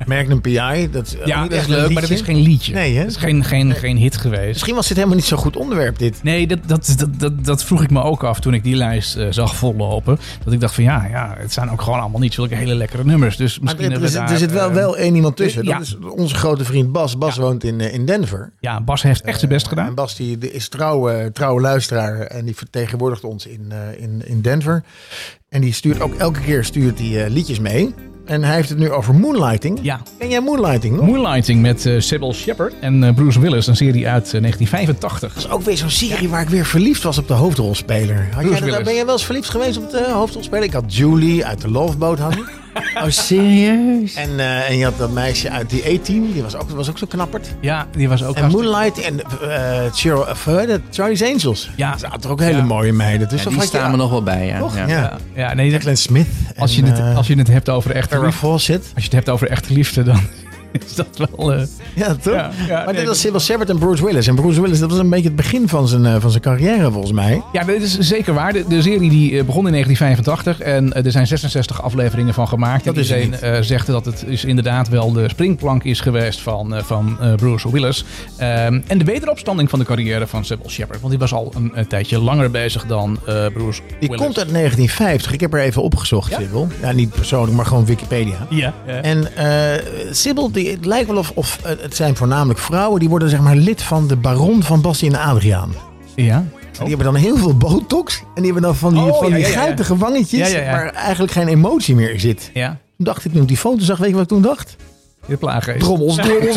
Magnum P.I. Dat is leuk, maar dat is geen liedje. Nee, hè? Het is geen hit geweest. Misschien was dit helemaal niet zo'n goed onderwerp, dit. Nee, dat vroeg ik me ook af toen ik die lijst zag vollopen. Dat ik dacht van het zijn ook gewoon allemaal niet zulke hele lekkere nummers. Dus misschien er zit wel één iemand tussen. Dat is onze grote vriend Bas. Bas woont in Denver. Ja, Bas heeft echt zijn best gedaan. En Bas die is trouwe luisteraar en die vertegenwoordigt ons in Denver. En die stuurt ook elke keer liedjes mee. En hij heeft het nu over Moonlighting. Ja. Ken jij Moonlighting nog? Moonlighting met Sybil Shepherd en Bruce Willis. Een serie uit 1985. Dat is ook weer zo'n serie waar ik weer verliefd was op de hoofdrolspeler. Ben jij wel eens verliefd geweest op de hoofdrolspeler? Ik had Julie uit de Love Boat. Oh, serieus? En je had dat meisje uit die A-Team. Die was ook zo knapperd. Ja, die was ook. En Moonlight en Charlie's Angels. Ja. Dat zijn toch ook hele mooie meiden. Dus die staan we nog wel bij. Ja. Toch? Ja. Nee, Glenn Smith. Als je het hebt over echte liefde. Als je het hebt over echte liefde, dan is dat wel... Ja, toch? Maar dit was Sybil Shepherd en Bruce Willis. En Bruce Willis, dat was een beetje het begin van zijn carrière, volgens mij. Ja, dat is zeker waar. De serie die begon in 1985 en er zijn 66 afleveringen van gemaakt. Dat is zegt dat het is inderdaad wel de springplank is geweest van Bruce Willis. En de wederopstanding van de carrière van Sybil Shepherd. Want die was al een tijdje langer bezig dan Bruce Willis. Die komt uit 1950. Ik heb er even opgezocht, Sybil. Ja, niet persoonlijk, maar gewoon Wikipedia. Ja. En Sybil, het lijkt wel of het zijn voornamelijk vrouwen, die worden zeg maar lid van de Baron van Bassie en Adriaan. Ja. Die hebben dan heel veel botox en die hebben dan van die guitige wangetjes waar eigenlijk geen emotie meer in zit. Ja. Toen dacht ik, toen ik die foto zag, weet je wat ik toen dacht? Je plaaggeest. Drommels.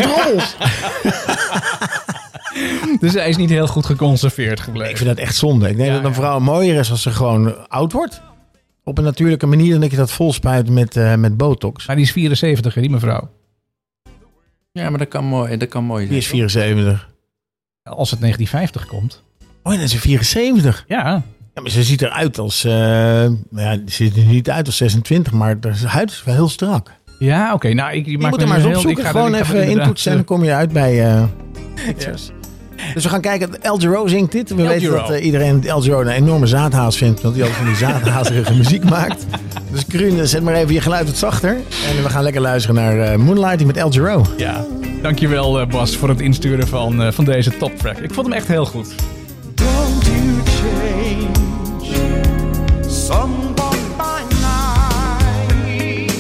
Dus hij is niet heel goed geconserveerd gebleven. Ik vind dat echt zonde. Ik denk dat een vrouw mooier is als ze gewoon oud wordt. Op een natuurlijke manier dan dat je dat vol spuit met botox. Maar die is 74, die mevrouw. Ja, maar dat kan mooi zijn. Die is 74. Als het 1950 komt. Oh, dan is ze 74. Ja. Ja, maar ze ziet eruit als... ze ziet er niet uit als 26, maar haar huid is wel heel strak. Ja, oké. Nou, je moet er maar eens opzoeken. Gewoon even intoetsen en dan kom je uit bij... Dus we gaan kijken. El Giro zingt dit. We weten dat iedereen El Giro een enorme zaadhaas vindt. Want hij altijd van die zaadhazige muziek maakt. Dus Kruun, zet maar even je geluid wat zachter. En we gaan lekker luisteren naar Moonlighting met El Giro. Ja, dankjewel Bas voor het insturen van deze toptrack. Ik vond hem echt heel goed. Don't you change someone by night,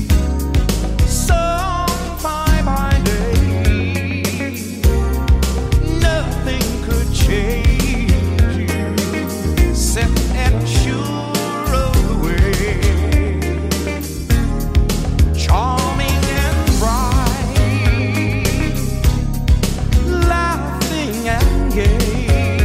some by day. Nothing could change you, set and sure of the way. Charming and bright, laughing and gay.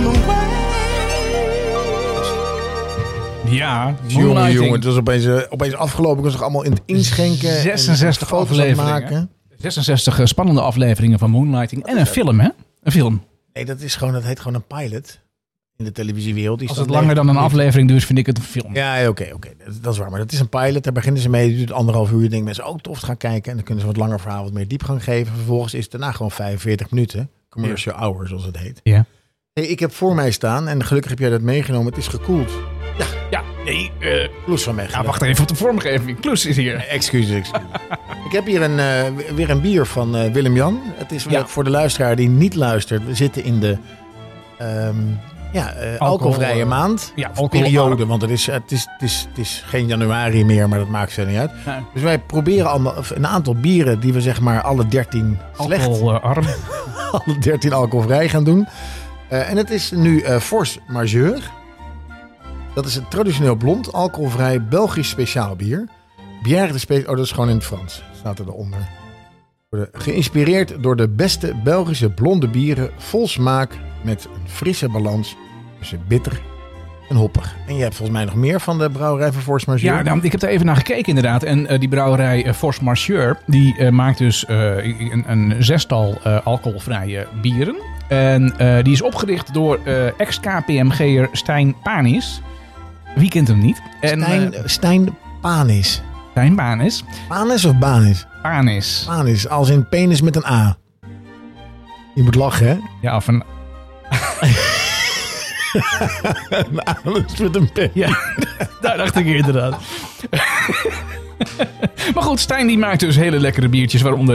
the way. Ja, jongen, het was opeens afgelopen. Ik was nog allemaal in het inschenken. 66 foto's afleveringen. maken. 66 spannende afleveringen van Moonlighting. En een film, hè? Een film. Nee, dat heet gewoon een pilot in de televisiewereld. Die Als het langer dan een aflevering duurt, vind ik het een film. Ja, oké. Dat is waar. Maar dat is een pilot. Daar beginnen ze mee. Het duurt 1,5 uur. Ik denk mensen ook tof te gaan kijken. En dan kunnen ze wat langer verhaal, wat meer diepgang geven. Vervolgens is het daarna gewoon 45 minuten. Commercial hour, zoals het heet. Ja. Hey, ik heb voor mij staan, en gelukkig heb jij dat meegenomen. Het is gekoeld. Ja, nee. Kloes van Mechelen. Ja, wacht even op de vormgeving. Kloes is hier. Excuses. Ik heb hier weer een bier van Willem-Jan. Het is voor de luisteraar die niet luistert. We zitten in de alcoholvrije maand. Ja, periode. Want het is geen januari meer, maar dat maakt verder niet uit. Ja. Dus wij proberen een aantal bieren die we zeg maar alle 13 slecht. Alcoholarm. alle 13 alcoholvrij gaan doen. En het is nu Force Majeure. Dat is een traditioneel blond, alcoholvrij Belgisch speciaal bier. Bière de speciaal. Oh, dat is gewoon in het Frans. Staat er eronder. Geïnspireerd door de beste Belgische blonde bieren. Vol smaak met een frisse balans tussen bitter en hoppig. En je hebt volgens mij nog meer van de brouwerij van Force Majeure. Ja, nou, ik heb er even naar gekeken inderdaad. En die brouwerij Force Majeure, die maakt dus een 6-tal alcoholvrije bieren. En die is opgericht door ex-KPMG'er Stijn Panis. Wie kent hem niet? Stijn Panis. Stijn Panis. Panis of Banis? Panis. Panis, als in penis met een A. Je moet lachen, hè? Ja, of een... een anus met een pen. Ja, daar dacht ik inderdaad. Maar goed, Stijn die maakt dus hele lekkere biertjes. Waaronder,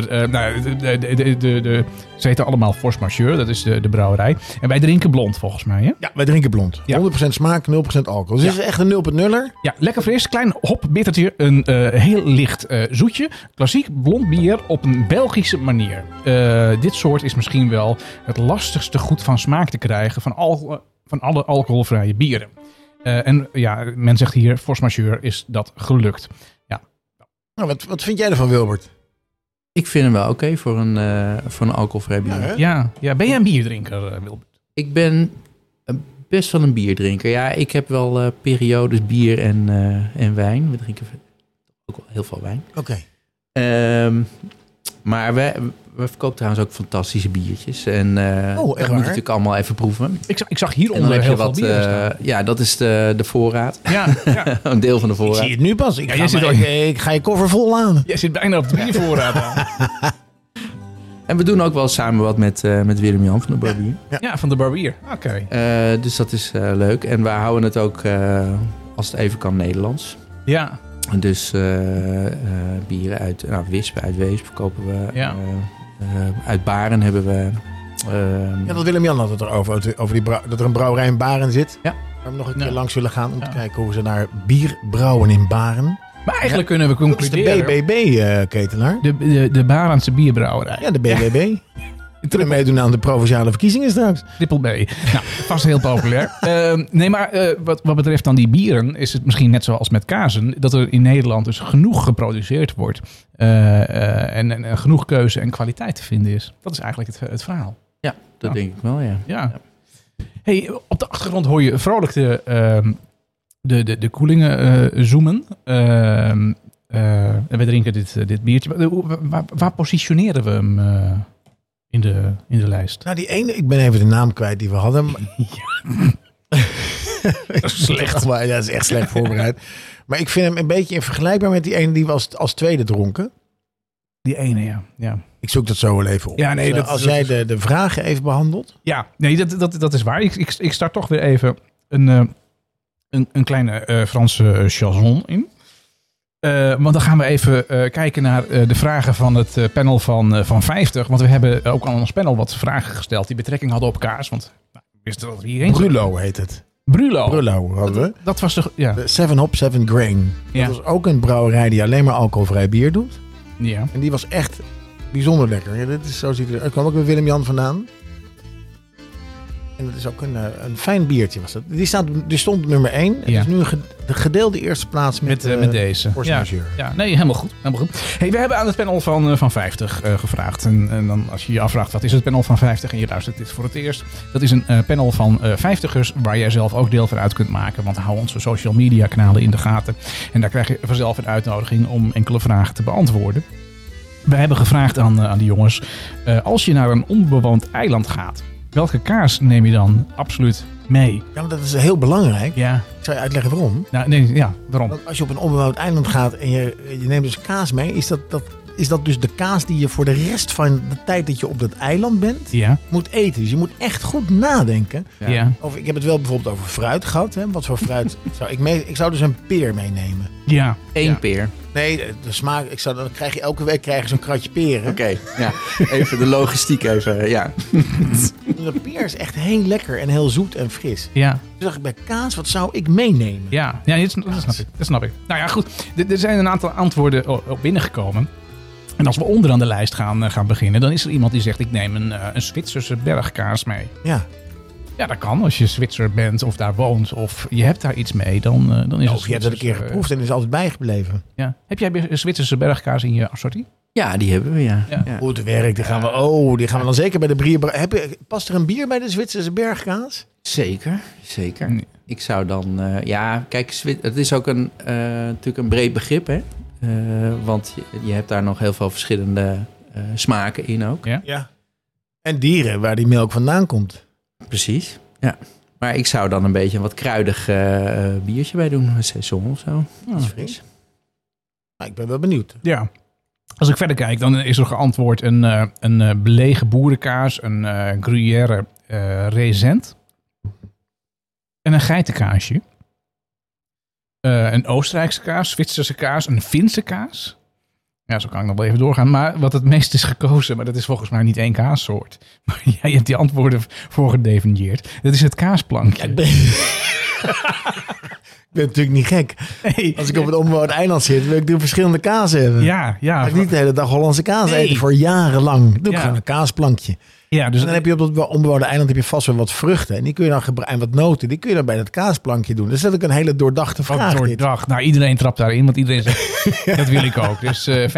ze heten allemaal Force Majeure. Dat is de brouwerij. En wij drinken blond volgens mij, hè? Ja, wij drinken blond. Ja. 100% smaak, 0% alcohol. Dus het is echt een 0.0'er. Ja, lekker fris. Klein hopbittertje. Een heel licht zoetje. Klassiek blond bier op een Belgische manier. Dit soort is misschien wel het lastigste goed van smaak te krijgen van alle alcoholvrije bieren. En ja, men zegt hier, Force Majeure is dat gelukt. Ja. Nou, wat vind jij ervan, Wilbert? Ik vind hem wel oké voor een alcoholvrij bier. Ja, ben jij een bierdrinker, Wilbert? Ik ben best wel een bierdrinker. Ja, ik heb wel periodes bier en wijn. We drinken ook wel heel veel wijn. Oké. Maar we verkopen trouwens ook fantastische biertjes. En dat moet je natuurlijk allemaal even proeven. Ik zag hieronder heel veel bieren staan. Ja, dat is de voorraad. Ja. Een deel van de voorraad. Ik zie het nu pas. Ik ga je koffer vol aan. Jij zit bijna op de biervoorraad aan. En we doen ook wel samen wat met Willem-Jan van de Barbier. Ja, van de Barbier. Oké. Dus dat is leuk. En we houden het ook, als het even kan, Nederlands. Ja. Dus bieren uit Wisp, uit Weesp verkopen we. Ja. Uit Baren hebben we... dat Willem-Jan had het erover. Dat er een brouwerij in Baren zit. Ja. Waar we nog een keer langs zullen gaan om te kijken hoe ze naar bier brouwen in Baren. Maar eigenlijk kunnen we concluderen... Dat is de BBB-ketelaar. De Barendse bierbrouwerij. Ja, de BBB. We kunnen meedoen aan de provinciale verkiezingen straks. Triple B. Nou, vast heel populair. Nee, maar wat betreft dan die bieren is het misschien net zoals met kazen, dat er in Nederland dus genoeg geproduceerd wordt. En genoeg keuze en kwaliteit te vinden is. Dat is eigenlijk het verhaal. Ja, dat denk ik wel, ja. Hey, op de achtergrond hoor je vrolijk de koelingen zoomen. En we drinken dit biertje. Waar positioneren we hem in de lijst? Nou, die ene, ik ben even de naam kwijt die we hadden. Slecht. Ja, dat is echt slecht voorbereid. Maar ik vind hem een beetje vergelijkbaar met die ene die we als tweede dronken. Die ene, ja. Ik zoek dat zo wel even op. Ja, nee, dus, als jij de vragen even behandelt. Ja, nee, dat is waar. Ik start toch weer even een kleine Franse chanson in. Want dan gaan we even kijken naar de vragen van het panel van 50. Want we hebben ook aan ons panel wat vragen gesteld die betrekking hadden op kaas. Want wisten dat er hierheen Brulo heet het. Brulo hadden we. Dat was de 7 Hop, 7 Grain. Dat was ook een brouwerij die alleen maar alcoholvrij bier doet. Ja. En die was echt bijzonder lekker. Ja, dit is, zo ziet het er. Er kwam ook weer Willem-Jan vandaan. En dat is ook een fijn biertje was dat. Die stond op nummer 1. Het is nu de gedeelde eerste plaats met deze. Force Majeure. Ja, nee, helemaal goed. Hey, we hebben aan het panel van 50 gevraagd. En dan als je je afvraagt, wat is het panel van 50? En je luistert dit voor het eerst. Dat is een panel van 50ers waar jij zelf ook deel van uit kunt maken. Want hou onze social media kanalen in de gaten. En daar krijg je vanzelf een uitnodiging om enkele vragen te beantwoorden. We hebben gevraagd aan die jongens. Als je naar een onbewoond eiland gaat, welke kaas neem je dan absoluut mee? Ja, maar dat is heel belangrijk. Ja. Ik zal je uitleggen waarom. Waarom? Want als je op een onbewoond eiland gaat en je neemt dus kaas mee, is dat dus de kaas die je voor de rest van de tijd dat je op dat eiland bent, moet eten. Dus je moet echt goed nadenken. Ja. Ik heb het wel bijvoorbeeld over fruit gehad. Hè? Wat voor fruit zou ik mee? Ik zou dus een peer meenemen. Ja. Eén peer. Nee, de smaak. Dan krijg je elke week zo'n kratje peren. Oké, ja. Even de logistiek even, ja. De peer is echt heel lekker en heel zoet en fris. Ja. Dus dacht ik bij kaas, wat zou ik meenemen? Ja, dat snap ik. Nou ja, goed. Er zijn een aantal antwoorden op binnengekomen. En als we onderaan de lijst gaan beginnen, dan is er iemand die zegt, ik neem een Zwitserse bergkaas mee. Ja. Ja, dat kan. Als je Zwitser bent of daar woont of je hebt daar iets mee, dan is het... Of je hebt het een keer geproefd en is altijd bijgebleven. Ja. Heb jij Zwitserse bergkaas in je assortie? Ja, die hebben we, ja. Goed werk, die gaan we dan zeker bij de bier... Past er een bier bij de Zwitserse bergkaas? Zeker. Nee. Ik zou dan... kijk, het is ook natuurlijk een breed begrip, hè. Want je hebt daar nog heel veel verschillende smaken in ook. Ja. En dieren waar die melk vandaan komt. Precies, ja. Maar ik zou dan een beetje een wat kruidig biertje bij doen. Een saison of zo. Dat is fris. Nou, ik ben wel benieuwd. Ja. Als ik verder kijk, dan is er geantwoord een belegen boerenkaas, een Gruyère Raisent en een geitenkaasje. Een Oostenrijkse kaas, Zwitserse kaas, een Finse kaas. Ja, zo kan ik nog wel even doorgaan. Maar wat het meest is gekozen, maar dat is volgens mij niet één kaassoort. Maar jij hebt die antwoorden voor gedefinieerd. Dat is het kaasplankje. Ja, ik ben natuurlijk niet gek. Nee. Als ik op het onbewoond eiland zit, wil ik de verschillende kazen hebben. Ja. Ga ik niet de hele dag Hollandse kaas eten voor jarenlang. Doe ik gewoon een kaasplankje. Ja, dus en dan heb je op dat onbewoonde eiland heb je vast wel wat vruchten. En die kun je dan gebruiken. En wat noten, die kun je dan bij dat kaasplankje doen. Dus dat is ook een hele doordachte vraag. Doordacht. Nou, iedereen trapt daarin, want iedereen zegt, dat wil ik ook. Dus 45,5%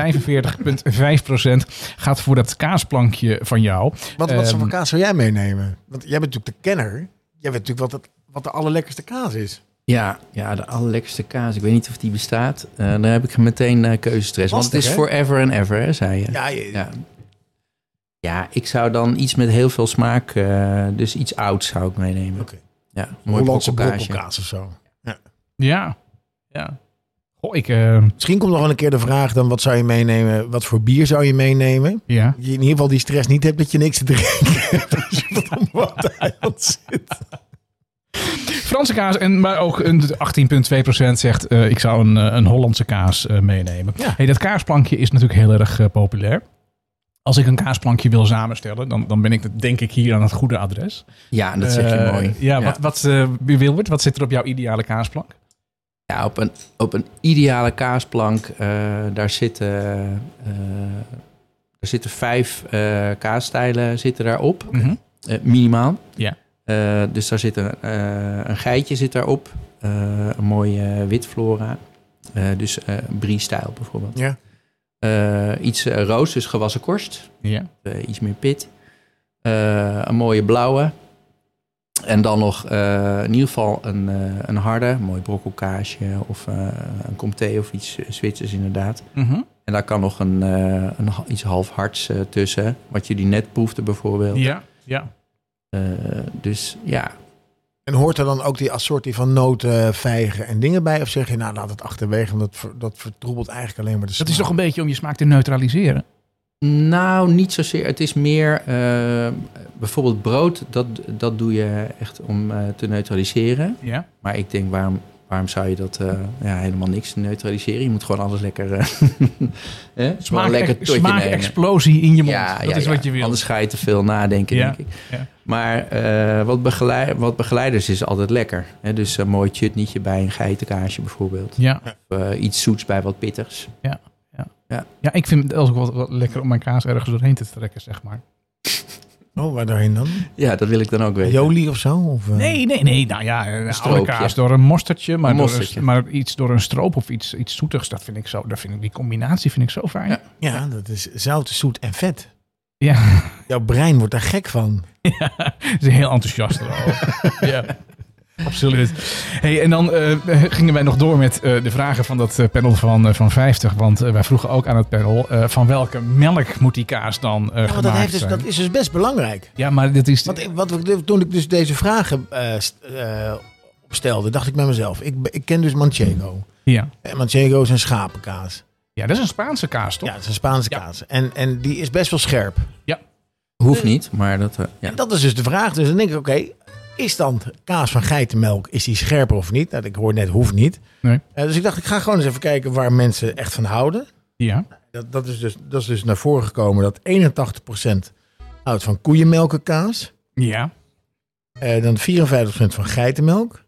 gaat voor dat kaasplankje van jou. Wat voor kaas zou jij meenemen? Want jij bent natuurlijk de kenner. Jij weet natuurlijk wat de allerlekkerste kaas is. Ja, de allerlekkerste kaas. Ik weet niet of die bestaat. Dan heb ik meteen keuzestress. Want het is forever and ever, hè, zei je. Ja, ik zou dan iets met heel veel smaak, dus iets ouds zou ik meenemen. Oké. Ja, mooi brokkelkaas of zo. Ja. Goh, Misschien komt nog wel een keer de vraag dan, wat zou je meenemen? Wat voor bier zou je meenemen? Ja. Dat je in ieder geval die stress niet hebt dat je niks te drinken hebt als je op het onbewoond eiland zit. Franse kaas, maar ook een 18,2% zegt, ik zou een Hollandse kaas meenemen. Ja. Hey, dat kaasplankje is natuurlijk heel erg populair. Als ik een kaasplankje wil samenstellen, dan ben ik denk ik hier aan het goede adres. Ja, dat zeg je mooi. Ja. Wilbert, wat zit er op jouw ideale kaasplank? Ja, op een ideale kaasplank, daar zitten 5 kaasstijlen zitten daarop. Mm-hmm. Minimaal. Ja. Dus daar zit een geitje zit daarop. Een mooie witflora. Dus brie-stijl bijvoorbeeld. Ja. Iets roos, dus gewassen korst. Ja. Iets meer pit. Een mooie blauwe. En dan nog in ieder geval een harde, mooi brokkelkaasje of een comté of iets Zwitsers inderdaad. Mm-hmm. En daar kan nog iets half hards tussen, wat jullie net proefden bijvoorbeeld. Ja. Dus ja. En hoort er dan ook die assortie van noten, vijgen en dingen bij? Of zeg je, nou laat het achterwege, want dat vertroebelt eigenlijk alleen maar de smaak. Dat is toch een beetje om je smaak te neutraliseren? Nou, niet zozeer. Het is meer bijvoorbeeld brood, dat doe je echt om te neutraliseren. Ja. Maar ik denk, waarom zou je dat helemaal niks neutraliseren? Je moet gewoon alles lekker Smaakexplosie in je mond. Dat is wat je wil. Anders ga je te veel nadenken, denk ik. Ja. Maar wat begeleiders is altijd lekker. Hè? Dus een mooi chutneytje bij een geitenkaasje bijvoorbeeld. Ja. Of iets zoets bij wat pittigs. Ja, ik vind het ook wel lekker om mijn kaas ergens doorheen te trekken, zeg maar. Oh, waar doorheen dan? Ja, dat wil ik dan ook weten. Jolie of zo? Of, Nee. Nou ja, een oude kaas door een mosterdje. Maar iets door een stroop of iets zoetigs. Dat vind ik zo. Die combinatie vind ik zo fijn. Ja, dat is zout, zoet en vet. Ja. Jouw brein wordt daar gek van. Ja, ze is heel enthousiast erover. Ja. Absoluut. Hey, en dan gingen wij nog door met de vragen van dat panel van 50. Want wij vroegen ook aan het panel van welke melk moet die kaas dan gemaakt zijn. Dat is dus best belangrijk. Ja, maar dit is... Toen ik dus deze vragen opstelde, dacht ik bij mezelf. Ik ken dus Manchego. Ja. En Manchego is een schapenkaas. Ja, dat is een Spaanse kaas, toch? Ja, dat is een Spaanse kaas. En die is best wel scherp. Ja. Hoeft niet, maar dat... En dat is dus de vraag. Dus dan denk ik, oké, is dan kaas van geitenmelk, is die scherper of niet? Nou, ik hoor net, hoeft niet. Nee. Dus ik dacht, ik ga gewoon eens even kijken waar mensen echt van houden. Ja. Dat is dus naar voren gekomen dat 81% houdt van koeienmelkenkaas. Ja. Dan 54% van geitenmelk.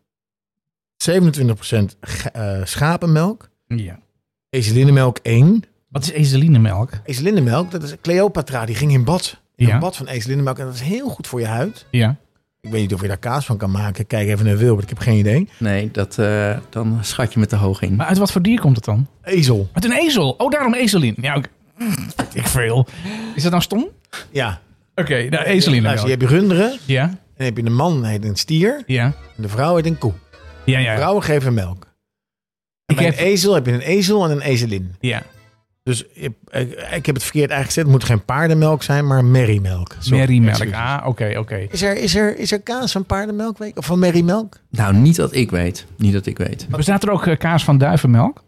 27% schapenmelk. Ja. Ezelinemelk 1. Wat is ezelinemelk? Ezelinemelk, dat is Cleopatra, die ging in bad. Ja. Een bad van ezelinemelk en dat is heel goed voor je huid. Ja. Ik weet niet of je daar kaas van kan maken. Kijk even naar Wilbert, ik heb geen idee. Nee, dan schat je me te hoog in. Maar uit wat voor dier komt het dan? Ezel. Uit een ezel. Oh, daarom ezelin. Ja, ik veel. Is dat nou stom? Ja. Oké, nou, ezelinemelk. Je hebt runderen. Ja. En dan heb je een man, heet een stier. Ja. En de vrouw heet een koe. Ja. Vrouwen geven melk. En bij een ezel heb je een ezel en een ezelin. Ja. Dus ik heb het verkeerd eigenlijk gezet. Het moet geen paardenmelk zijn, maar merriemelk. Merriemelk. Oké. Is er kaas van paardenmelk of van merriemelk? Nou, niet dat ik weet. Bestaat er ook kaas van duivenmelk?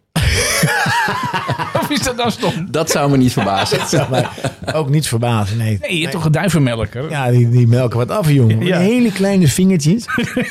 Of is dat nou stom? Dat zou me niet verbazen. Dat zou mij ook niet verbazen, nee. Nee, je hebt toch een duivenmelker? Ja, die melken wat af, jongen. Ja. Die hele kleine vingertjes.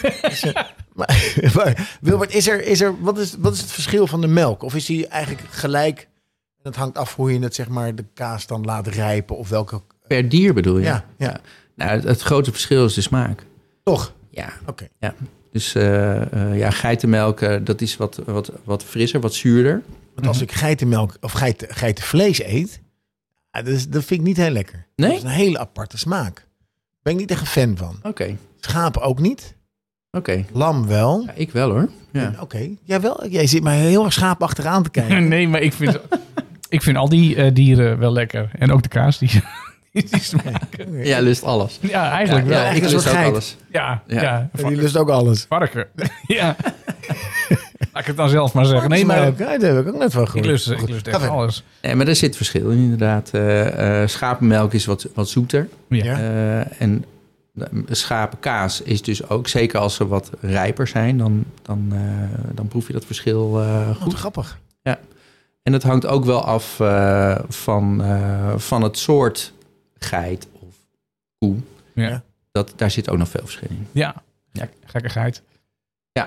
maar Wilbert, wat is het verschil van de melk? Of is die eigenlijk gelijk? Dat hangt af hoe je het, zeg maar, de kaas dan laat rijpen of welke... Per dier bedoel je? Ja. Nou, het grote verschil is de smaak. Toch? Ja. Oké. Ja. Dus geitenmelk, dat is wat frisser, wat zuurder. Want als ik geitenmelk of geitenvlees eet, dat vind ik niet heel lekker. Nee? Dat is een hele aparte smaak. Daar ben ik niet echt een fan van. Oké. Schapen ook niet. Oké. Lam wel. Ja, ik wel hoor. Ja. Oké. Jij wel? Jij zit mij heel erg schaapachtig te kijken. Nee, maar ik vind al die dieren wel lekker. En ook de kaas die smaken. Jij lust alles. Ja, eigenlijk wel. Ja, ik lust ook alles. Ja. En die lust ook alles. Varken. Ja. Laat ik het dan zelf maar zeggen. Nee, maar dat heb ik ook net van gehoord. Ik lust echt alles. Nee, maar er zit verschil in inderdaad. Schapenmelk is wat zoeter. Ja. En schapenkaas is dus ook, zeker als ze wat rijper zijn, dan proef je dat verschil goed. Grappig. Ja. En het hangt ook wel af van het soort geit of koe. Ja. Daar zit ook nog veel verschil in. Ja. Gekkigheid. Ja.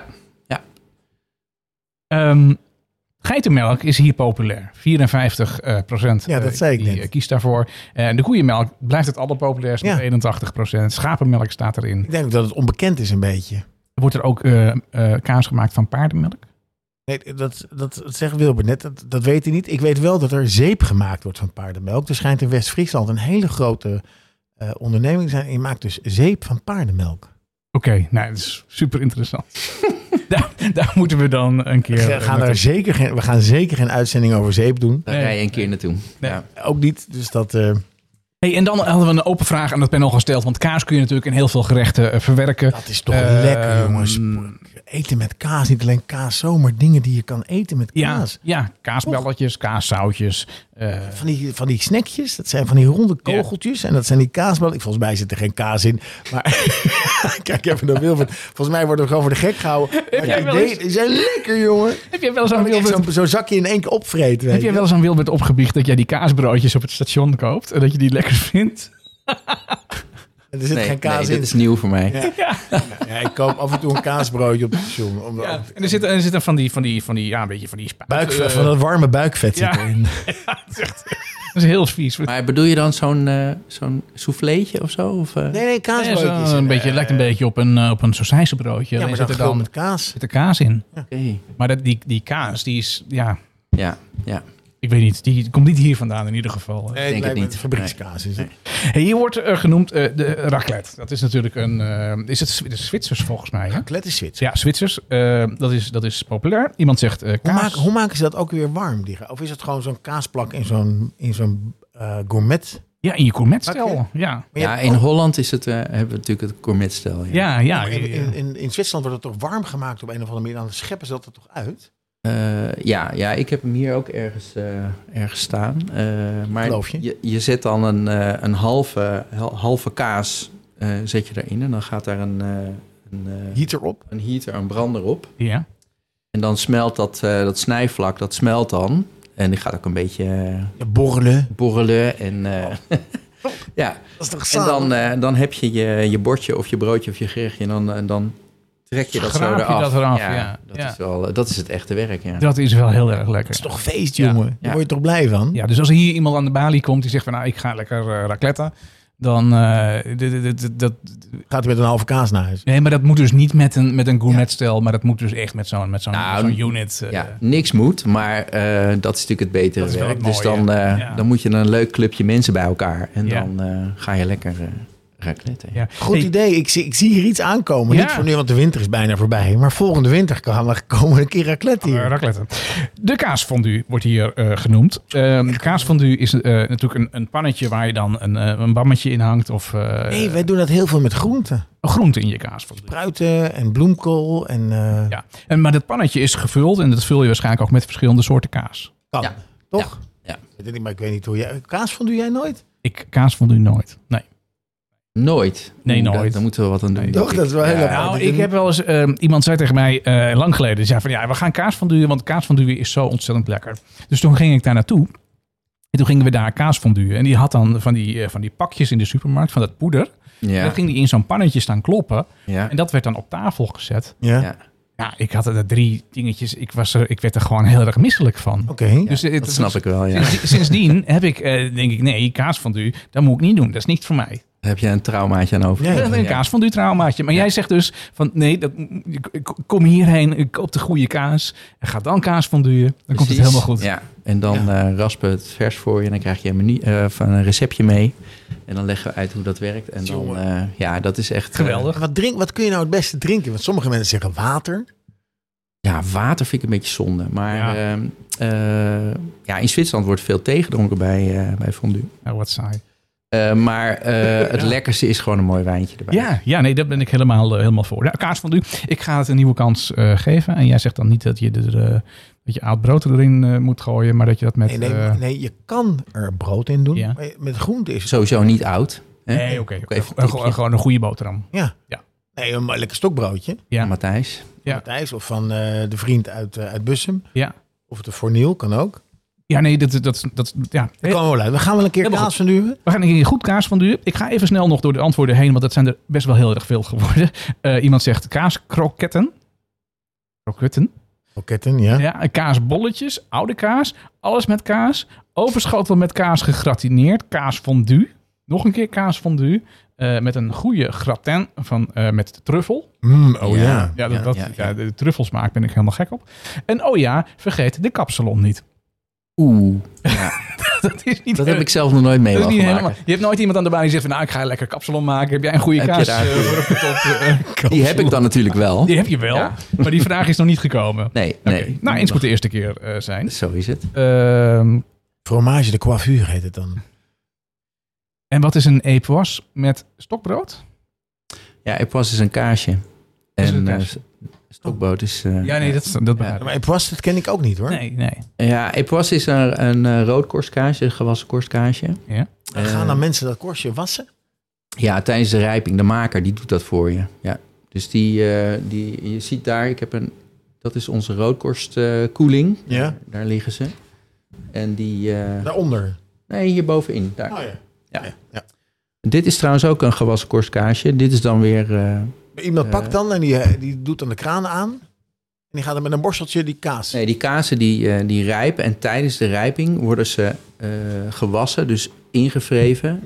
Geitenmelk is hier populair. 54% Ja, dat zei ik net. Kiest daarvoor. De koeienmelk blijft het allerpopulairst met 81%. Schapenmelk staat erin. Ik denk ook dat het onbekend is een beetje. Wordt er ook kaas gemaakt van paardenmelk? Nee, dat zegt Wilbert net. Dat weet hij niet. Ik weet wel dat er zeep gemaakt wordt van paardenmelk. Er schijnt in West-Friesland een hele grote onderneming te zijn. En je maakt dus zeep van paardenmelk. Oké, nou, dat is super interessant. daar moeten we dan een keer... We gaan zeker geen uitzending over zeep doen. Daar rij je een keer naartoe. Nee. Ja. Ook niet, dus dat... Hey, en dan hadden we een open vraag aan het panel gesteld. Want kaas kun je natuurlijk in heel veel gerechten verwerken. Dat is toch lekker, jongens. Eten met kaas, niet alleen kaas, zomaar dingen die je kan eten met kaas. Ja, kaasbelletjes, kaaszoutjes. Van die snackjes, dat zijn van die ronde kogeltjes. En dat zijn die kaasballen. Volgens mij zit er geen kaas in. Maar kijk even naar Wilbert. Volgens mij worden we gewoon voor de gek gehouden. Die zijn lekker, jongen. Heb jij wel eens aan Wilbert... Zo'n zakje in één keer opvreten. Heb jij wel eens aan Wilbert opgebiecht dat jij die kaasbroodjes op het station koopt? En dat je die lekker vindt? Er zit geen kaas in. Dit is nieuw voor mij. Ja, ik koop af en toe een kaasbroodje op het station. En er zitten van die een beetje van die buikvet, van dat warme buikvet zit erin. Ja, dat is heel vies. Maar bedoel je dan zo'n souffleetje of zo? Of, Nee, kaasbroodjes. Lijkt een beetje op een sausijzenbroodje. Ja, maar zit er dan met kaas. zit er kaas in. Okay. Maar die kaas, die is... Ja. Ja. Ik weet niet, die komt niet hier vandaan in ieder geval. Nee, denk het niet. Fabriekskaas is het. Hey, hier wordt genoemd de raclette. Dat is natuurlijk is het Zwitsers volgens mij. Hè? Raclette is Zwits. Ja, Zwitsers. Dat is populair. Iemand zegt kaas. Hoe maken ze dat ook weer warm? Of is het gewoon zo'n kaasplak in zo'n gourmet? Ja, in je gourmetstijl. Ja. Ja, in Holland hebben we natuurlijk het gourmetstijl. Ja. Ja. In Zwitserland wordt het toch warm gemaakt op een of andere manier. Dan scheppen ze dat er toch uit? Ja, ik heb hem hier ook ergens staan. Maar Geloof je? Je zet dan een halve kaas zet je erin. En dan gaat daar een Heater op? een brander op. Ja. En dan smelt dat snijvlak, dat smelt dan. En die gaat ook een beetje borrelen. En ja. Dat is toch zalig? En dan heb je je bordje of je broodje of je gerechtje. En dan trek je dat zo eraf. Dat eraf, Dat is het echte werk, ja. Dat is wel heel erg lekker. Dat is toch feest, jongen? Ja. Daar word je toch blij van? Ja, dus als er hier iemand aan de balie komt die zegt van... nou, ik ga lekker racletten... dan... Gaat hij met een halve kaas naar huis? Nee, maar dat moet dus niet met een gourmetstijl... maar dat moet dus echt met zo'n unit. Niks moet, maar dat is natuurlijk het betere werk. Mooi, dus dan moet je een leuk clubje mensen bij elkaar. En dan ga je lekker racletten. Ja. Goed idee. Ik zie hier iets aankomen. Ja. Niet voor nu, want de winter is bijna voorbij. Maar volgende winter komen we een keer raclette hier. Raclette. De kaasfondue wordt hier genoemd. Kaasfondue is natuurlijk een pannetje waar je dan een bammetje in hangt. Of, Nee, wij doen dat heel veel met groenten. Groente in je kaasfondue. Spruiten en bloemkool. Maar dat pannetje is gevuld en dat vul je waarschijnlijk ook met verschillende soorten kaas. Kan, Ja. toch? Ja. Maar ik weet niet hoe jij... Kaasfondue jij nooit? Kaasfondue nooit. Nee. Nooit. Nee, nooit. Daar moeten we wat aan doen. Toch? Dat is wel heel Nou, ik heb wel eens... iemand zei tegen mij lang geleden... Die zei van ja, we gaan kaasfondue... want kaasfondue is zo ontzettend lekker. Dus toen ging ik daar naartoe. En toen gingen we daar kaasfondue. En die had dan van die pakjes in de supermarkt... van dat poeder. Ja. En dan ging die in zo'n pannetje staan kloppen. Ja. En dat werd dan op tafel gezet. Ja. Ja, ik had er 3 dingetjes. Ik werd er gewoon heel erg misselijk van. Oké. Dus, Dat snap ik wel, ja. Sindsdien heb ik, denk ik, nee, kaasfondue, dat moet ik niet doen. Dat is niet voor mij. Daar heb je een traumaatje aan over. Ja, Een kaasfondue traumaatje. Maar jij zegt dus van nee, kom hierheen, ik koop de goede kaas en ga dan kaasfondue. Dan komt het helemaal goed. Ja, en dan raspen het vers voor je en dan krijg je een menu van een receptje mee. En dan leggen we uit hoe dat werkt. En dan, dat is echt geweldig. Wat kun je nou het beste drinken? Want sommige mensen zeggen water. Ja, water vind ik een beetje zonde. Maar in Zwitserland wordt veel thee gedronken bij fondue. Nou, wat saai. Maar het lekkerste is gewoon een mooi wijntje erbij. Ja, nee, daar ben ik helemaal voor. Nou, kaasfondue, ik ga het een nieuwe kans geven. En jij zegt dan niet dat je dat je oud brood erin moet gooien, maar dat je dat met... Nee, je kan er brood in doen. Ja. Maar met groente is het... Sowieso niet oud. Hè? Nee, oké. Even Gewoon een goede boterham. Ja. Nee, een lekker stokbroodje. Ja. Matthijs. Ja. Matthijs of van de vriend uit Bussum. Ja. Of de Forniel, kan ook. Ja, nee, dat ja. Dat komen we wel uit. We gaan wel een keer kaas van duwen. We gaan een keer goed kaas van duwen. Ik ga even snel nog door de antwoorden heen, want dat zijn er best wel heel erg veel geworden. Iemand zegt kaaskroketten. Kroketten, ja. Ja, kaasbolletjes, oude kaas, alles met kaas. Overschotel met kaas gegratineerd, kaasfondue. Nog een keer kaasfondue. Met een goede gratin met truffel. Ja, de truffelsmaak ben ik helemaal gek op. En vergeet de kapsalon niet. Oeh, ja. dat heb ik zelf nog nooit mee mogen maken. Je hebt nooit iemand aan de baan die zegt van nou, ik ga lekker kapsalon maken. Heb jij een goede kaas voor op de top? Die heb ik dan natuurlijk wel. Die heb je wel, maar die vraag is nog niet gekomen. Nee. Nou, eens moet de eerste keer zijn. Zo is het. Fromage de coiffure heet het dan. En wat is een époisse met stokbrood? Ja, époisse is een kaasje. En stokbrood is... dat begrijp ik. Maar époisse, dat ken ik ook niet hoor. Nee. Ja, époisse is een rood korstkaasje, een gewassen korstkaasje. Ja. Gaan dan mensen dat korstje wassen? Ja, tijdens de rijping. De maker, die doet dat voor je. Ja. Dus die je ziet daar, dat is onze roodkorstkoeling. Ja. Daar liggen ze. En die... Daaronder? Nee, hier bovenin. Daar. Oh ja. Dit is trouwens ook een gewassen korstkaasje. Dit is dan weer... Iemand pakt dan en die doet dan de kraan aan. En die gaat dan met een borsteltje die kaas. Nee, die kazen die rijpen. En tijdens de rijping worden ze gewassen. Dus ingevreven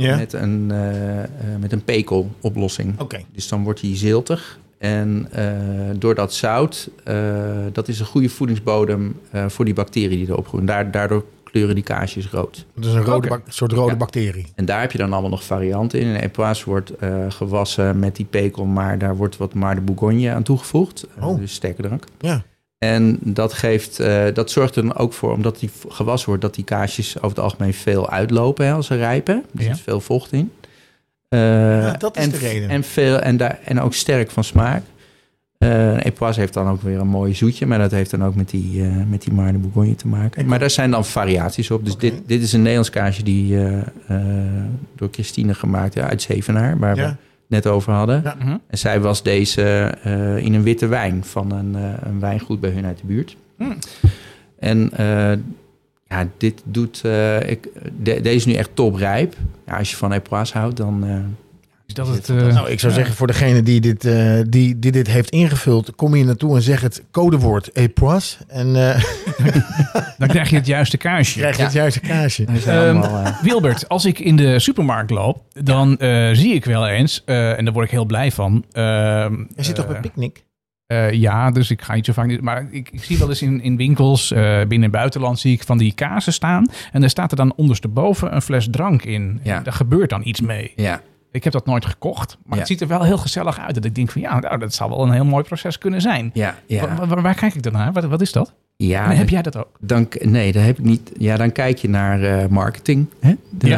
met een pekeloplossing. Oké. Dus dan wordt die ziltig. En door dat zout, dat is een goede voedingsbodem voor die bacteriën die erop groeien. Daardoor kleuren die kaasjes rood. Dus een soort rode bacterie. En daar heb je dan allemaal nog varianten in. En Epoisses wordt gewassen met die pekel, maar daar wordt wat maar de Bourgogne aan toegevoegd. Dus sterkdrank. Ja. En dat zorgt er dan ook voor, omdat die gewassen wordt, dat die kaasjes over het algemeen veel uitlopen als ze rijpen. Dus er is veel vocht in. Dat is de reden. En ook sterk van smaak. Epoisses heeft dan ook weer een mooi zoetje, maar dat heeft dan ook met die Mar de Bourgogne te maken. Maar daar zijn dan variaties op. Dus dit is een Nederlands kaasje die door Christine gemaakt uit Zevenaar, waar we het net over hadden. Ja. En zij was deze in een witte wijn van een wijngoed bij hun uit de buurt. En dit doet... deze is nu echt toprijp. Ja, als je van Epoisses houdt, dan... ik zou zeggen, voor degene die dit heeft ingevuld, kom je naartoe en zeg het codewoord Epoisses. En dan krijg je het juiste kaasje. Wilbert, als ik in de supermarkt loop, dan zie ik wel eens, en daar word ik heel blij van. Je zit toch bij Picnic? Dus ik ga niet zo vaak niet. Maar ik zie wel eens in winkels, binnen en buitenland, zie ik van die kazen staan. En daar staat er dan ondersteboven een fles drank in. Ja. Daar gebeurt dan iets mee. Ja. Ik heb dat nooit gekocht, maar het ziet er wel heel gezellig uit. Dat ik denk van dat zou wel een heel mooi proces kunnen zijn. Ja. Waar kijk ik dan naar? Wat is dat? Ja, en heb jij dat ook? Nee, dat heb ik niet. Ja, dan kijk je naar marketing. Hè?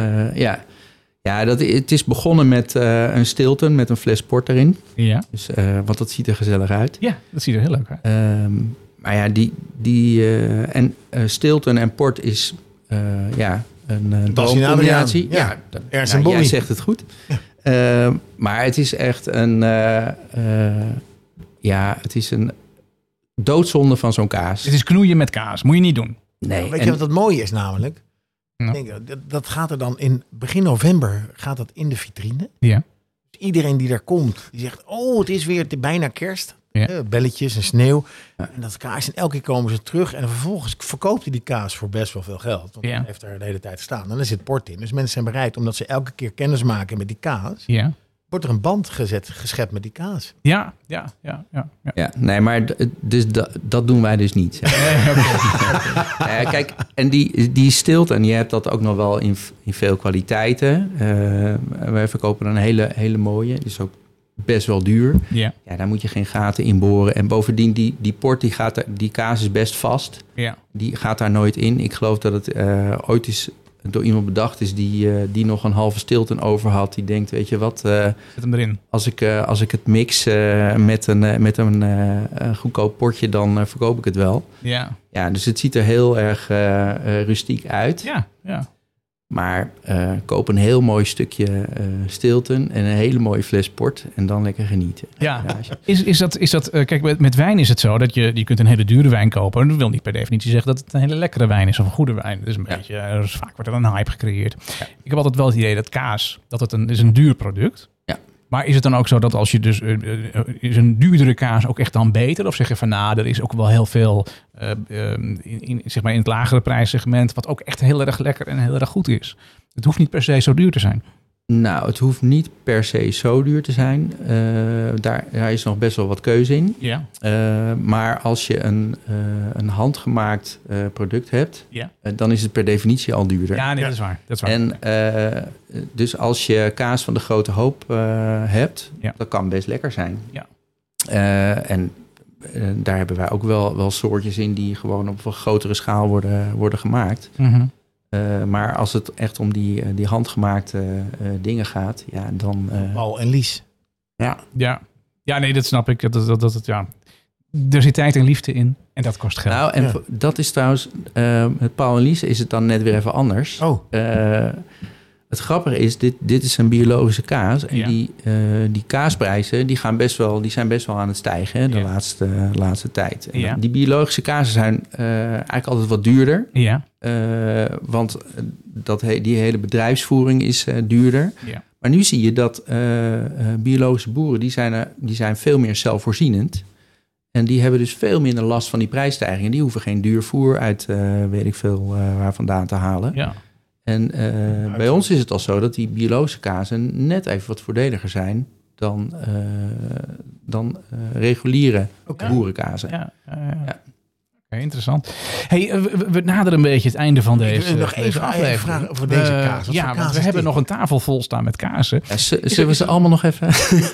Het is begonnen met een Stilton met een fles port erin. Ja. Dus, want dat ziet er gezellig uit. Ja, dat ziet er heel leuk uit. Maar ja, Stilton en port is een droomcombinatie. Jij zegt het goed. Ja. Maar het is echt het is een doodzonde van zo'n kaas. Het is knoeien met kaas. Moet je niet doen. Nee. Weet je wat het mooie is namelijk? Ja. Ik denk, dat gaat er dan in begin november gaat dat in de vitrine. Ja. Dus iedereen die daar komt, die zegt, het is weer bijna kerst. Ja. Belletjes en sneeuw. Ja. En dat kaas. En elke keer komen ze terug. En vervolgens verkoopt hij die kaas voor best wel veel geld. Want hij heeft er de hele tijd staan. En er zit port in. Dus mensen zijn bereid, omdat ze elke keer kennis maken met die kaas. Ja. Wordt er een band geschept met die kaas. Ja, nee, maar dus dat doen wij dus niet. Kijk, en die Stilton, je hebt dat ook nog wel in veel kwaliteiten. Wij verkopen een hele mooie. Dus ook best wel duur. Ja, daar moet je geen gaten in boren. En bovendien, die port, die kaas is best vast. Ja. Die gaat daar nooit in. Ik geloof dat het ooit is door iemand bedacht is die nog een halve Stilton over had. Die denkt, weet je wat? Zet hem erin. Als ik het mix met een goedkoop portje, dan verkoop ik het wel. Ja. Ja, dus het ziet er heel erg rustiek uit. Ja. Maar koop een heel mooi stukje Stilton en een hele mooie fles port en dan lekker genieten. Ja, is dat kijk, met wijn is het zo dat je kunt een hele dure wijn kopen. Dat wil niet per definitie zeggen dat het een hele lekkere wijn is of een goede wijn. Dus een beetje, dus vaak wordt er een hype gecreëerd. Ja. Ik heb altijd wel het idee dat kaas, dat het is een duur product. Ja. Maar is het dan ook zo dat als je dus is een duurdere kaas ook echt dan beter? Of zeg je van er is ook wel heel veel in het lagere prijssegment wat ook echt heel erg lekker en heel erg goed is. Het hoeft niet per se zo duur te zijn. Nou, het hoeft niet per se zo duur te zijn. Daar is nog best wel wat keuze in. Ja. Maar als je een handgemaakt product hebt, dan is het per definitie al duurder. Ja, nee, dat is waar. En dus als je kaas van de grote hoop hebt, dat kan best lekker zijn. Ja. En daar hebben wij ook wel soortjes in die gewoon op een grotere schaal worden gemaakt. Mm-hmm. Maar als het echt om die handgemaakte dingen gaat, dan... Paul en Lies. Ja, nee, dat snap ik. Er zit tijd en liefde in en dat kost geld. Nou, en dat is trouwens... met Paul en Lies is het dan net weer even anders. Het grappige is, dit is een biologische kaas. En die kaasprijzen die zijn best wel aan het stijgen hè, de laatste tijd. En die biologische kazen zijn eigenlijk altijd wat duurder. Ja. Want die hele bedrijfsvoering is duurder. Ja. Maar nu zie je dat biologische boeren, die zijn veel meer zelfvoorzienend. En die hebben dus veel minder last van die prijsstijgingen. Die hoeven geen duur voer uit weet ik veel waar vandaan te halen. Ja. En bij ons is het al zo dat die biologische kazen net even wat voordeliger zijn dan reguliere boerenkazen. Ja. Interessant. Hey, we naderen een beetje het einde van deze aflevering. Vraag voor deze kaas. Want we hebben nog een tafel vol staan met kazen. Ja, zullen we ze allemaal nog even...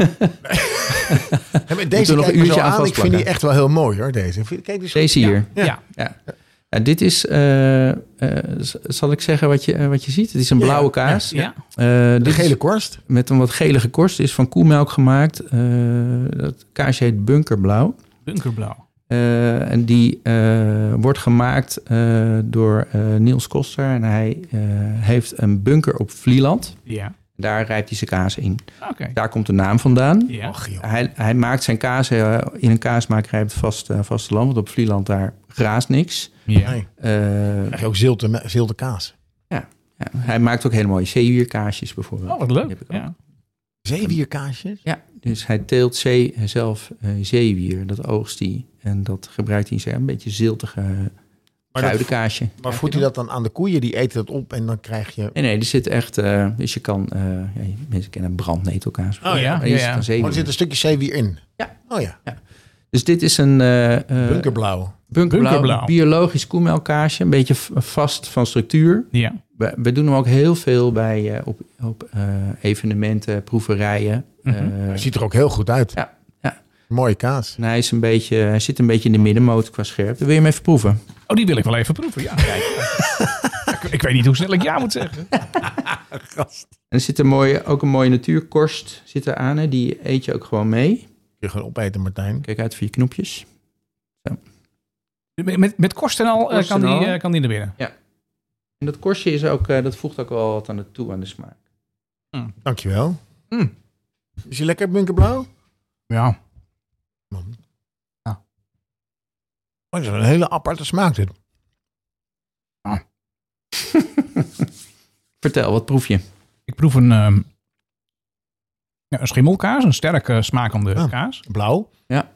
Deze nog een uurtje aan. Ik vind die echt wel heel mooi hoor, deze. Kijk, deze hier. Ja. Dit is, zal ik zeggen wat je ziet? Het is een blauwe kaas. Ja. De gele korst. Met een wat gelige korst. Is van koemelk gemaakt. Dat kaasje heet Bunkerblauw. Bunkerblauw. En die wordt gemaakt door Niels Koster. En hij heeft een bunker op Vlieland. Ja. Daar rijpt hij zijn kaas in. Okay. Daar komt de naam vandaan. Ja. Och, Hij maakt zijn kaas in een kaasmakerij op het vasteland. Want op Vlieland daar graast niks. Ja. Nee. Krijg je ook zilte kaas. Ja. Hij maakt ook hele mooie zeewierkaasjes bijvoorbeeld. Oh, wat leuk. Die heb ik ook. Ja. Zeewierkaasjes? Ja, dus hij teelt zelf zeewier. Dat oogst hij. En dat gebruikt hij in een beetje ziltige kruidenkaasje. Maar voedt hij dat dan aan de koeien? Die eten dat op en dan krijg je... Nee, er zit echt... dus je kan... mensen kennen brandnetelkaas. Oh ja? Er zit een stukje zeewier in? Ja. Oh ja. Dus dit is een... Bunkerblauw. Bunkerblauw. Biologisch koemelkkaasje. Een beetje vast van structuur. Ja. We doen hem ook heel veel bij op evenementen, proeverijen. Hij ziet er ook heel goed uit. Ja. Mooie kaas. En hij zit een beetje in de middenmoot qua scherpte. Wil je hem even proeven? Oh, die wil ik wel even proeven. Ja, kijk. Ik weet niet hoe snel ik ja moet zeggen. Gast. En er zit ook een mooie natuurkorst zit er aan. Hè. Die eet je ook gewoon mee. Kun je gewoon opeten, Martijn. Kijk uit voor je knoepjes. Zo. Met korst en al kan die naar binnen. Ja. En dat korstje is ook, dat voegt ook wel wat aan de smaak. Dankjewel. Is je lekker, Bunkerblauw? Ja. Ja. Oh, dat is een hele aparte smaak dit. Vertel, wat proef je? Ik proef een schimmelkaas, een sterke smakende kaas. Blauw. Ja.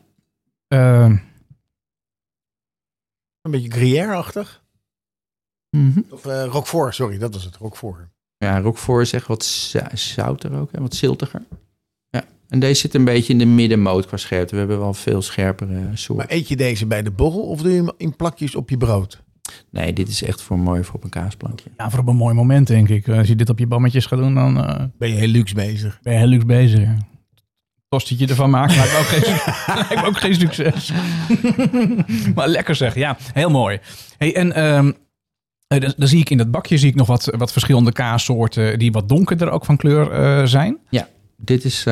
Een beetje Gruyère-achtig. Mm-hmm. Of Roquefort, sorry, dat was het, Roquefort. Ja, Roquefort is echt wat zouter ook, hè, wat ziltiger. Ja. En deze zit een beetje in de middenmoot qua scherpte. We hebben wel veel scherpere soorten. Maar eet je deze bij de borrel of doe je hem in plakjes op je brood? Nee, dit is echt mooi voor op een kaasplankje. Ja, voor op een mooi moment, denk ik. Als je dit op je bammetjes gaat doen, dan ben je heel luxe bezig. Ben je heel luxe bezig, ja. Tostietje ervan maken lijkt me ook geen succes. Maar lekker zeg, ja, heel mooi. Hey, en dan zie ik in dat bakje nog wat verschillende kaassoorten die wat donkerder ook van kleur zijn. Ja, dit is...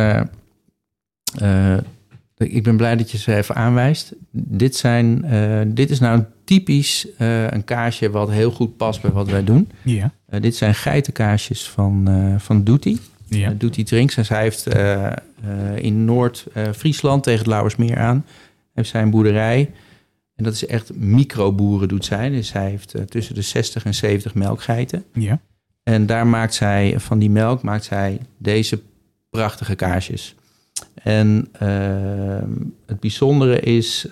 ik ben blij dat je ze even aanwijst. Dit is nou typisch een kaasje wat heel goed past bij wat wij doen. Ja. Dit zijn geitenkaasjes van Doety. Ja. Doety Drinks. En zij heeft in Noord-Friesland tegen het Lauwersmeer aan. Heeft zij een boerderij. En dat is echt microboeren doet zij. Dus zij heeft tussen de 60 en 70 melkgeiten. Ja. En daar maakt zij, van die melk maakt zij deze prachtige kaasjes. En het bijzondere is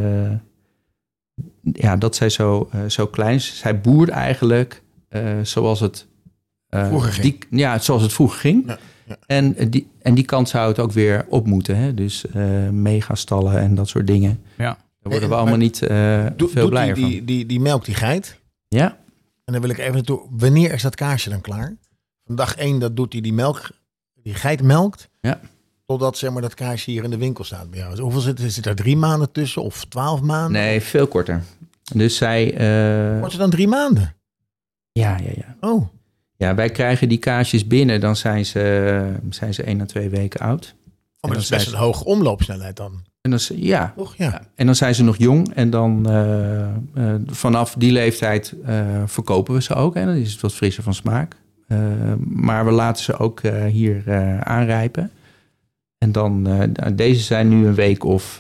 dat zij zo klein is. Zij boert eigenlijk zoals het vroeger ging. Zoals het vroeger ging. Ja, ja. En die kant zou het ook weer op moeten. Hè? Dus megastallen en dat soort dingen. Ja. Daar worden we allemaal niet veel blijer van. Die melk, die geit. Ja. En dan wil ik even naartoe. Wanneer is dat kaasje dan klaar? Van dag 1 dat doet hij die geit melkt. Ja. Totdat zeg maar dat kaasje hier in de winkel staat bij jou. Dus hoeveel zit er 3 maanden tussen of 12 maanden? Nee, veel korter. Dus zij... Wordt het dan 3 maanden? Ja. Oh. Ja, wij krijgen die kaasjes binnen. Dan zijn ze 1 à 2 weken oud. Maar dat is best een hoge omloopsnelheid dan. En dan, ja. Toch? Ja. En dan zijn ze nog jong. En dan vanaf die leeftijd verkopen we ze ook. En dan is het wat frisser van smaak. Maar we laten ze ook hier aanrijpen. En dan, deze zijn nu een week of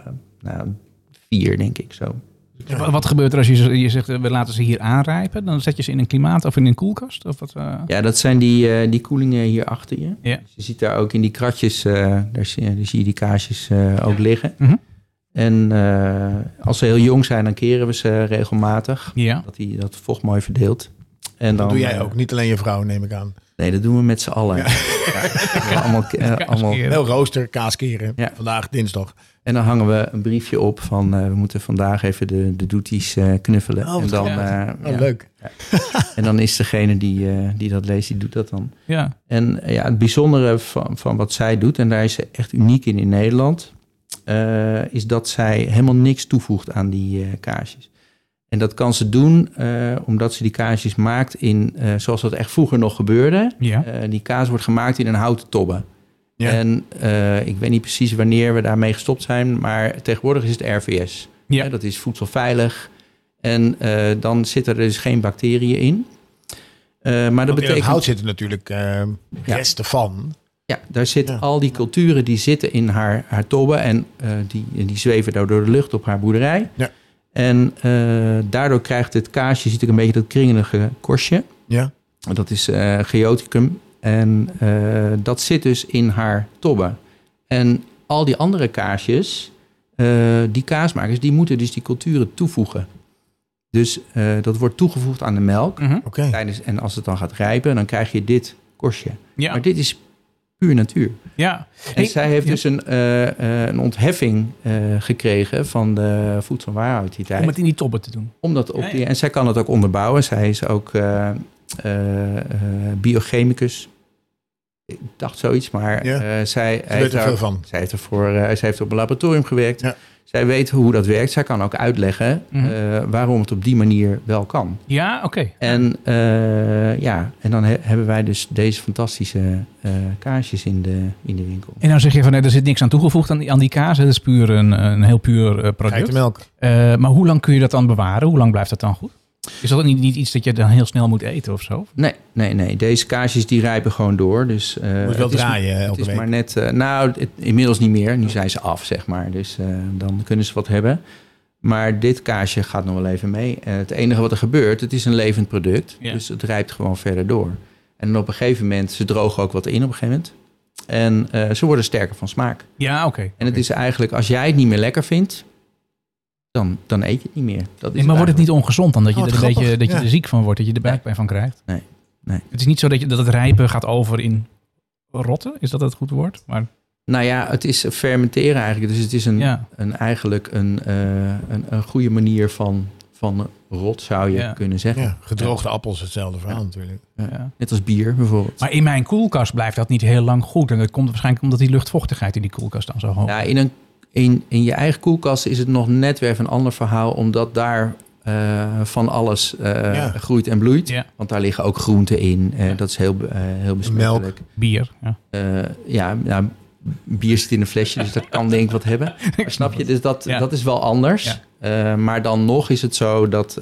4, denk ik zo. Ja. Wat gebeurt er als je zegt, we laten ze hier aanrijpen? Dan zet je ze in een klimaat of in een koelkast? Of wat, Ja, dat zijn die koelingen hier achter je. Ja. Dus je ziet daar ook in die kratjes, daar zie je die kaasjes ook liggen. Mm-hmm. En als ze heel jong zijn, dan keren we ze regelmatig. Ja. Dat vocht mooi verdeelt. En dan Dat doe jij ook, niet alleen je vrouw, neem ik aan. Nee, dat doen we met z'n allen. Ja. Allemaal Wel rooster, kaaskeren. Ja. Vandaag dinsdag. En dan hangen we een briefje op van... we moeten vandaag even de doeties knuffelen. Oh, en dan, leuk. Ja. En dan is degene die dat leest, die doet dat dan. Ja. En het bijzondere van wat zij doet... en daar is ze echt uniek in Nederland... is dat zij helemaal niks toevoegt aan die kaarsjes. En dat kan ze doen omdat ze die kaarsjes maakt in... zoals dat echt vroeger nog gebeurde. Ja. Die kaas wordt gemaakt in een houten tobbe. Ja. En ik weet niet precies wanneer we daarmee gestopt zijn... maar tegenwoordig is het RVS. Ja. Dat is voedselveilig. En dan zitten er dus geen bacteriën in. Maar dat betekent... in het hout zitten natuurlijk resten van... Ja, daar zitten al die culturen die zitten in haar tobbe... en die zweven daar door de lucht op haar boerderij... Ja. En daardoor krijgt het kaasje, ziet er een beetje dat kringelige korstje. Ja. Dat is geoticum. En dat zit dus in haar tobbe. En al die andere kaasjes, die kaasmakers, die moeten dus die culturen toevoegen. Dus dat wordt toegevoegd aan de melk. Mm-hmm. Okay. En als het dan gaat rijpen, dan krijg je dit korstje. Ja. Maar dit is puur natuur. Ja. En zij heeft dus een ontheffing gekregen van de Voedsel- en Warenautoriteit. Om het in die tobben te doen. En zij kan het ook onderbouwen. Zij is ook biochemicus. Ik dacht zoiets, maar zij weet er veel van. Zij heeft op een laboratorium gewerkt. Ja. Zij weet hoe dat werkt. Zij kan ook uitleggen waarom het op die manier wel kan. Ja, oké. En en dan hebben wij dus deze fantastische kaasjes in de winkel. En dan zeg je van nee, er zit niks aan toegevoegd aan die kaas. Het is puur een heel puur product. Geitenmelk. Maar hoe lang kun je dat dan bewaren? Hoe lang blijft dat dan goed? Is dat niet iets dat je dan heel snel moet eten of zo? Nee. Deze kaasjes die rijpen gewoon door. Dus, moet wel draaien elke week. Het is maar net... inmiddels niet meer. Nu zijn ze af, zeg maar. Dus dan kunnen ze wat hebben. Maar dit kaasje gaat nog wel even mee. Het enige wat er gebeurt, het is een levend product. Ja. Dus het rijpt gewoon verder door. En op een gegeven moment, ze drogen ook wat in op een gegeven moment. En ze worden sterker van smaak. Ja, oké. En het is eigenlijk, als jij het niet meer lekker vindt... Dan eet je het niet meer. Maar wordt het niet ongezond dan? Dat je er ziek van wordt, dat je er buikpijn van krijgt? Nee. Het is niet zo dat het rijpen gaat over in rotten? Is dat het goed woord? Maar... Nou ja, het is fermenteren eigenlijk. Dus het is eigenlijk een goede manier van rot, zou je kunnen zeggen. Ja, gedroogde appels, hetzelfde verhaal natuurlijk. Ja. Net als bier bijvoorbeeld. Maar in mijn koelkast blijft dat niet heel lang goed. En dat komt waarschijnlijk omdat die luchtvochtigheid in die koelkast dan zo hoog is. Ja, in je eigen koelkast is het nog net weer een ander verhaal, omdat daar van alles groeit en bloeit. Ja. Want daar liggen ook groenten in. Dat is heel besmettelijk. Melk, bier. Bier zit in een flesje, dus dat kan denk ik wat hebben. Maar snap je? Dus dat is wel anders. Ja. Maar dan nog is het zo dat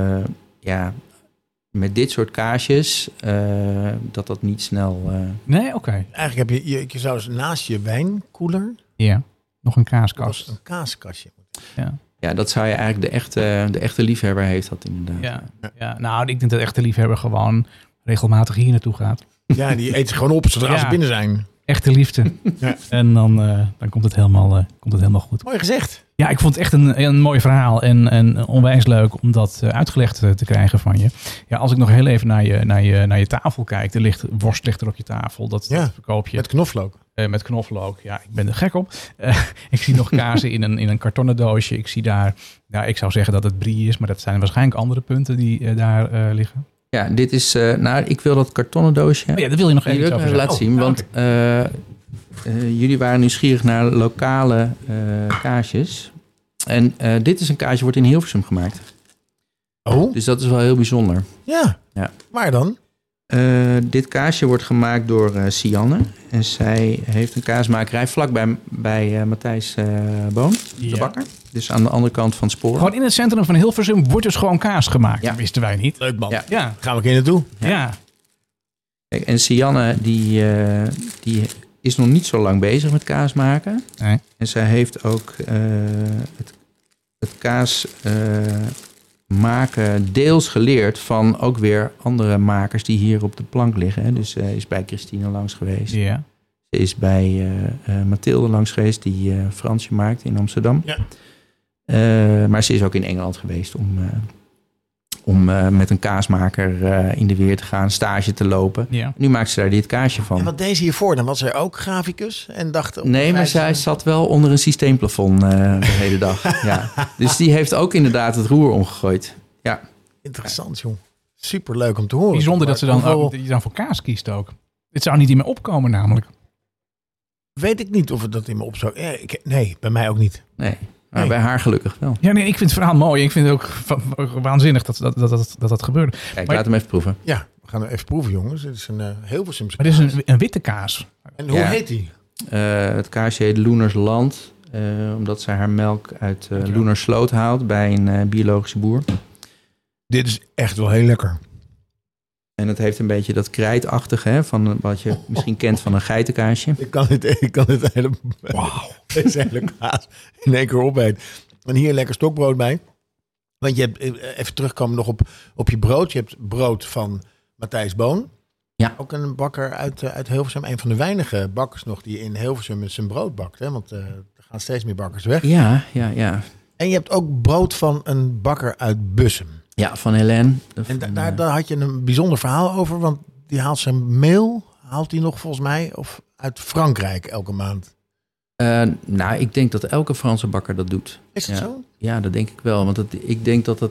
met dit soort kaasjes dat niet snel... Nee, oké. Eigenlijk heb je zou eens naast je wijnkoeler... Ja. Nog een kaaskast. Een kaaskastje. Ja, dat zou je eigenlijk de echte liefhebber heeft dat inderdaad. Ja. Nou, ik denk dat de echte liefhebber gewoon regelmatig hier naartoe gaat. Ja, die eet gewoon op zodra ze binnen zijn. Echte liefde. Ja. En dan komt het helemaal goed. Mooi gezegd. Ja, ik vond het echt een mooi verhaal en onwijs leuk om dat uitgelegd te krijgen van je. Ja, als ik nog heel even naar je tafel kijk, worst ligt er op je tafel. Dat verkoop je. Met knoflook. Met knoflook, ja, ik ben er gek op. Ik zie nog kazen in een kartonnen doosje. Ik zie daar, ik zou zeggen dat het brie is, maar dat zijn waarschijnlijk andere punten die daar liggen. Ja, dit is, ik wil dat kartonnen doosje. Ja, dat wil je nog even laten zien, want jullie waren nieuwsgierig naar lokale kaasjes. En dit is een kaasje, wordt in Hilversum gemaakt. Oh. Dus dat is wel heel bijzonder. Ja. Waar dan? Dit kaasje wordt gemaakt door Sianne. En zij heeft een kaasmakerij vlakbij bij Matthijs Boon, de bakker. Dus aan de andere kant van het spoor. Gewoon in het centrum van Hilversum wordt dus gewoon kaas gemaakt. Ja. Dat wisten wij niet. Leuk man. Ja. Gaan we een keer naartoe. Ja. Kijk, en Sianne die is nog niet zo lang bezig met kaas maken. Nee. En zij heeft ook het kaas maken deels geleerd van ook weer andere makers die hier op de plank liggen. Hè. Dus ze is bij Christine langs geweest. Ja. Ze is bij Mathilde langs geweest, die Fransje maakt in Amsterdam. Ja. Maar ze is ook in Engeland geweest om om met een kaasmaker in de weer te gaan, stage te lopen. Ja. Nu maakt ze daar dit kaasje van. En wat deed ze hiervoor? Dan was zij ook graficus en dacht... Nee, maar zij zat wel onder een systeemplafond de hele dag. Ja. Dus die heeft ook inderdaad het roer omgegooid. Ja. Interessant, joh. Superleuk om te horen. Bijzonder dat je dan voor kaas kiest ook. Dit zou niet in me opkomen namelijk. Weet ik niet of het dat in me opzoekt. Nee, bij mij ook niet. Nee. Maar bij haar gelukkig wel. Ja, nee, ik vind het verhaal mooi. Ik vind het ook waanzinnig dat gebeurde. Kijk, laat hem even proeven. Ja, we gaan hem even proeven, jongens. Het is een Hilversumse kaas. Maar dit is een witte kaas. En hoe heet die? Het kaasje heet Loeners Land. Omdat zij haar melk uit Loenersloot haalt bij een biologische boer. Dit is echt wel heel lekker. En het heeft een beetje dat krijtachtige, hè, van wat je misschien kent van een geitenkaasje. Ik kan dit hele, deze hele kaas in één keer opeten. En hier lekker stokbrood bij. Want je hebt, even terugkomen nog op je brood. Je hebt brood van Matthijs Boon. Ja. Ook een bakker uit Hilversum. Een van de weinige bakkers nog die in Hilversum zijn brood bakt. Hè? Want er gaan steeds meer bakkers weg. Ja. En je hebt ook brood van een bakker uit Bussum. Ja, van Helene. En daar had je een bijzonder verhaal over. Want die haalt zijn meel, haalt hij nog volgens mij, of uit Frankrijk elke maand. Nou, ik denk dat elke Franse bakker dat doet. Is dat zo? Ja, dat denk ik wel. Want ik denk dat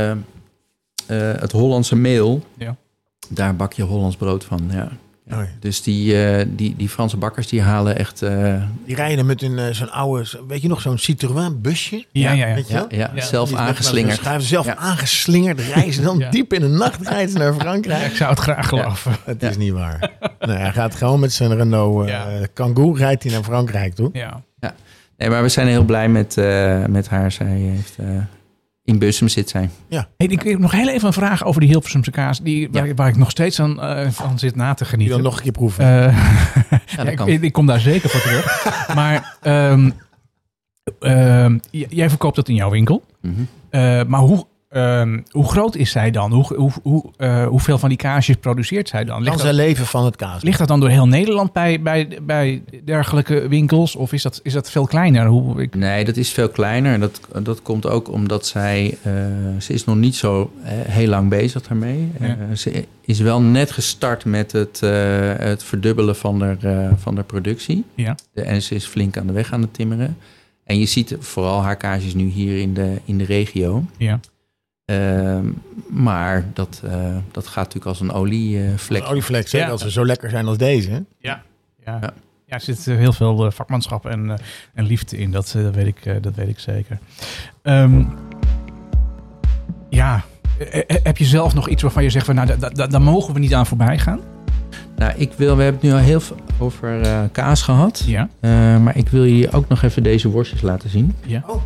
het Hollandse meel, daar bak je Hollands brood van, ja. Oh ja. Dus die Franse bakkers die halen echt... Die rijden met zo'n oude, weet je nog, zo'n Citroën busje? Ja. Zelf aangeslingerd. Zelf aangeslingerd, reizen dan diep in de nacht rijden ze naar Frankrijk. Ja, ik zou het graag geloven. Het is niet waar. Nee, hij gaat gewoon met zijn Renault Kangoo, rijdt hij naar Frankrijk toe. Ja. Nee, maar we zijn heel blij met haar. Zij heeft... in Bussum zit zij. Ja. Hey, ik heb nog heel even een vraag over die Hilversumse kaas. Waar ik nog steeds van zit na te genieten. Die dan nog een keer proeven. Ik kom daar zeker voor terug. Maar jij verkoopt dat in jouw winkel. Mm-hmm. Maar hoe groot is zij dan? Hoeveel van die kaasjes produceert zij dan? Kan zij leven van het kaas? Ligt dat dan door heel Nederland bij dergelijke winkels? Of is dat veel kleiner? Nee, dat is veel kleiner. Dat komt ook omdat ze is nog niet zo heel lang bezig daarmee. Ja. Ze is wel net gestart met het verdubbelen van de productie. Ja. En ze is flink aan de weg aan het timmeren. En je ziet vooral haar kaasjes nu hier in de regio. Ja. Maar dat gaat natuurlijk als een olievlek. Een olievlek, zeker als ze zo lekker zijn als deze. Hè? Ja, er zit heel veel vakmanschap en liefde in. Dat weet ik zeker. Heb je zelf nog iets waarvan je zegt van, nou, daar mogen we niet aan voorbij gaan? Nou, we hebben het nu al heel veel over kaas gehad. Ja. Maar ik wil je ook nog even deze worstjes laten zien. Ja. Oh.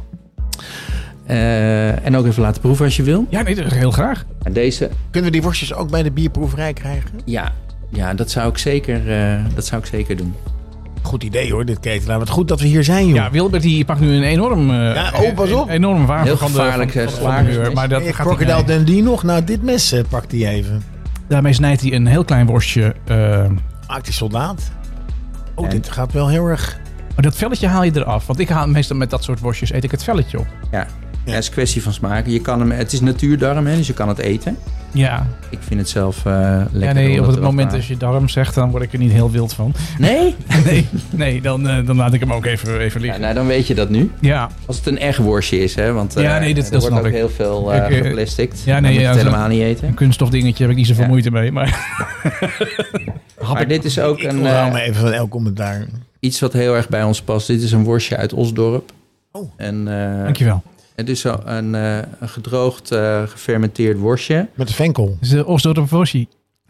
En ook even laten proeven als je wil. Ja, nee, heel graag. En deze... Kunnen we die worstjes ook bij de bierproeverij krijgen? Ja, dat zou ik zeker doen. Goed idee hoor, dit ketelaar. Wat goed dat we hier zijn, joh. Ja, Wilbert die pakt nu een enorm... pas op. Enorm waar. Heel gevaarlijk slager. Maar dat gaat Crocodile Dundee nog. Nou, dit mes pakt hij even. Daarmee snijdt hij een heel klein worstje. Maakt hij soldaat. Dit gaat wel heel erg... Maar dat velletje haal je eraf. Want ik haal meestal met dat soort worstjes eet ik het velletje op. Ja. Ja, het is een kwestie van smaak. Het is natuurdarm, dus je kan het eten. Ja. Ik vind het zelf lekker. Ja, nee, op het moment als je darm zegt, dan word ik er niet heel wild van. Nee? nee, dan laat ik hem ook even liggen. Ja, nou, dan weet je dat nu. Ja. Als het een echt worstje is, hè. Want er wordt ook heel veel geplastikt. Ja, nee, het helemaal niet eten. Een kunststofdingetje heb ik niet zoveel moeite mee. Maar dit is ook een... Ik even van elk commentaar. Iets wat heel erg bij ons past. Dit is een worstje uit Osdorp. Oh, dankjewel. Het is een gedroogd, gefermenteerd worstje. Met de venkel. Het is de Osdorp worstje.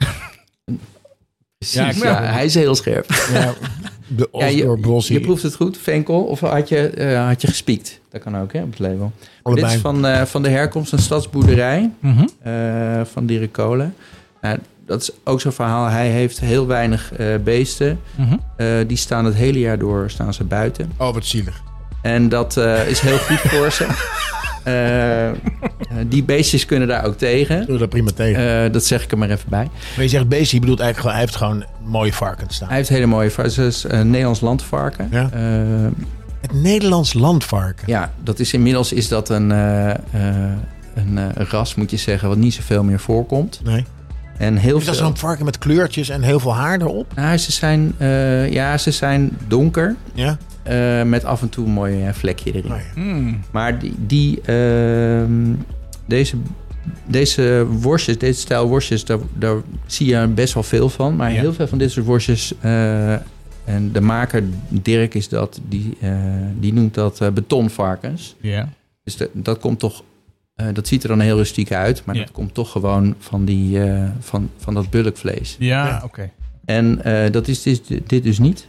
Precies, hij is heel scherp. Ja, de Osdorp worstje. Je proeft het goed, venkel. Of had je gespiekt? Dat kan ook, hè, op het label. Dit is van de herkomst, een stadsboerderij van Dirk Kolen. Nou, dat is ook zo'n verhaal. Hij heeft heel weinig beesten. Die staan het hele jaar door buiten. Oh, wat zielig. En dat is heel goed voor ze. Die beestjes kunnen daar ook tegen. Kunnen daar prima tegen. Dat zeg ik er maar even bij. Maar je zegt beestje, je bedoelt eigenlijk gewoon... Hij heeft gewoon mooie varken staan. Hij heeft hele mooie varken. Het is een Nederlands landvarken. Ja. Het Nederlands landvarken? Ja, inmiddels is dat een een ras, moet je zeggen, wat niet zoveel meer voorkomt. Nee. En heel Is dat veel... zo'n varken met kleurtjes en heel veel haar erop? Nou, ze zijn donker. Ja. Met af en toe een mooi vlekje erin. Oh, ja. Maar deze worstjes, deze stijl worstjes, daar zie je best wel veel van. Maar heel veel van dit soort worstjes... en de maker, Dirk, is dat, die noemt dat betonvarkens. Ja. Dus dat komt toch... dat ziet er dan heel rustiek uit. Maar dat komt toch gewoon van, van dat bulkvlees. Ja, oké. En dat is dit dus niet.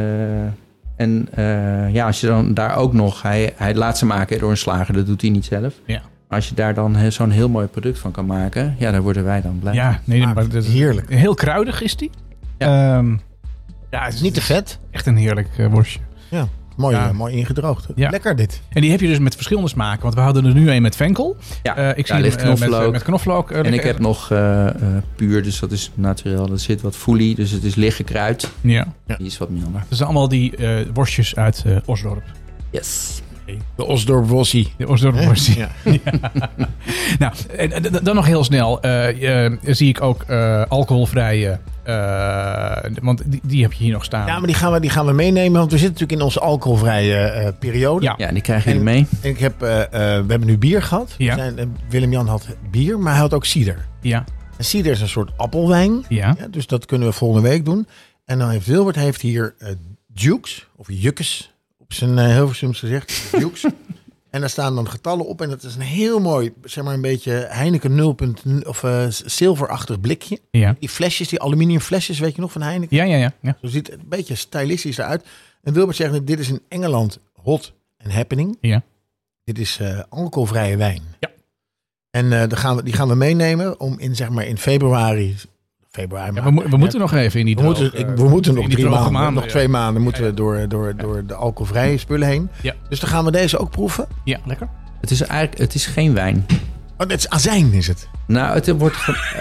Als je dan daar ook nog... Hij laat ze maken door een slager. Dat doet hij niet zelf. Ja. Maar als je daar dan zo'n heel mooi product van kan maken... Ja, daar worden wij dan blij. Ja, nee, maar dat is heerlijk. Heel kruidig is die. Ja, het is niet te vet. Echt een heerlijk worstje. Ja, mooi ingedroogd. Ja. Lekker dit. En die heb je dus met verschillende smaken. Want we hadden er nu een met venkel. Ja, ik zie ligt knoflook. Met knoflook. En ik heb nog puur, dus dat is naturel. Er zit wat foelie, dus het is licht kruid. Ja. Die is wat minder. Dat zijn allemaal die worstjes uit Osdorp. Yes. De Osdorp Wossie. De Osdorp Wossie. Ja. Nou, dan nog heel snel. Zie ik ook alcoholvrije... want die heb je hier nog staan. Ja, maar die gaan we meenemen. Want we zitten natuurlijk in onze alcoholvrije periode. Ja, die krijgen jullie mee. En we hebben nu bier gehad. Ja. Willem-Jan had bier, maar hij had ook cider. Ja. En cider is een soort appelwijn. Ja. Ja, dus dat kunnen we volgende week doen. En dan heeft Wilbert hier Dukes, of Jukkes, op zijn Hilversums gezegd. Dukes. En daar staan dan getallen op. En dat is een heel mooi, zeg maar een beetje Heineken 0.0 of zilverachtig blikje. Ja. Die flesjes, die aluminium flesjes, weet je nog, van Heineken? Ja. Zo ziet het een beetje stylistisch eruit. En Wilbert zegt, dit is in Engeland hot and happening. Ja. Dit is alcoholvrije wijn. Ja. En die gaan we meenemen om in februari... Ja, we moeten nog even in die droog. We moeten nog 3 maanden, nog 2 ja. maanden moeten we door de alcoholvrije spullen heen. Ja. Dus dan gaan we deze ook proeven. Ja, lekker. Het is geen wijn. Oh, het is azijn, is het? Nou, het wordt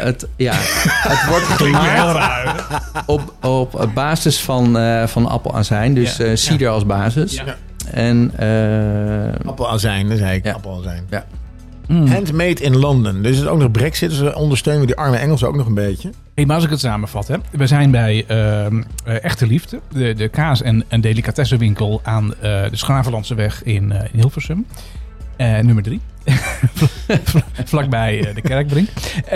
gemaakt op basis van appelazijn. Dus cider als basis. Ja. En appelazijn, dat zei ik. Ja. Appelazijn. Ja. Handmade in London. Dus het is ook nog Brexit. Dus we ondersteunen die arme Engelsen ook nog een beetje. Hey, maar als ik het samenvat, hè. We zijn bij Echte Liefde. De kaas- en delicatessenwinkel aan de Schravenlandseweg in Hilversum. Nummer 3. Vlakbij de Kerkbrink.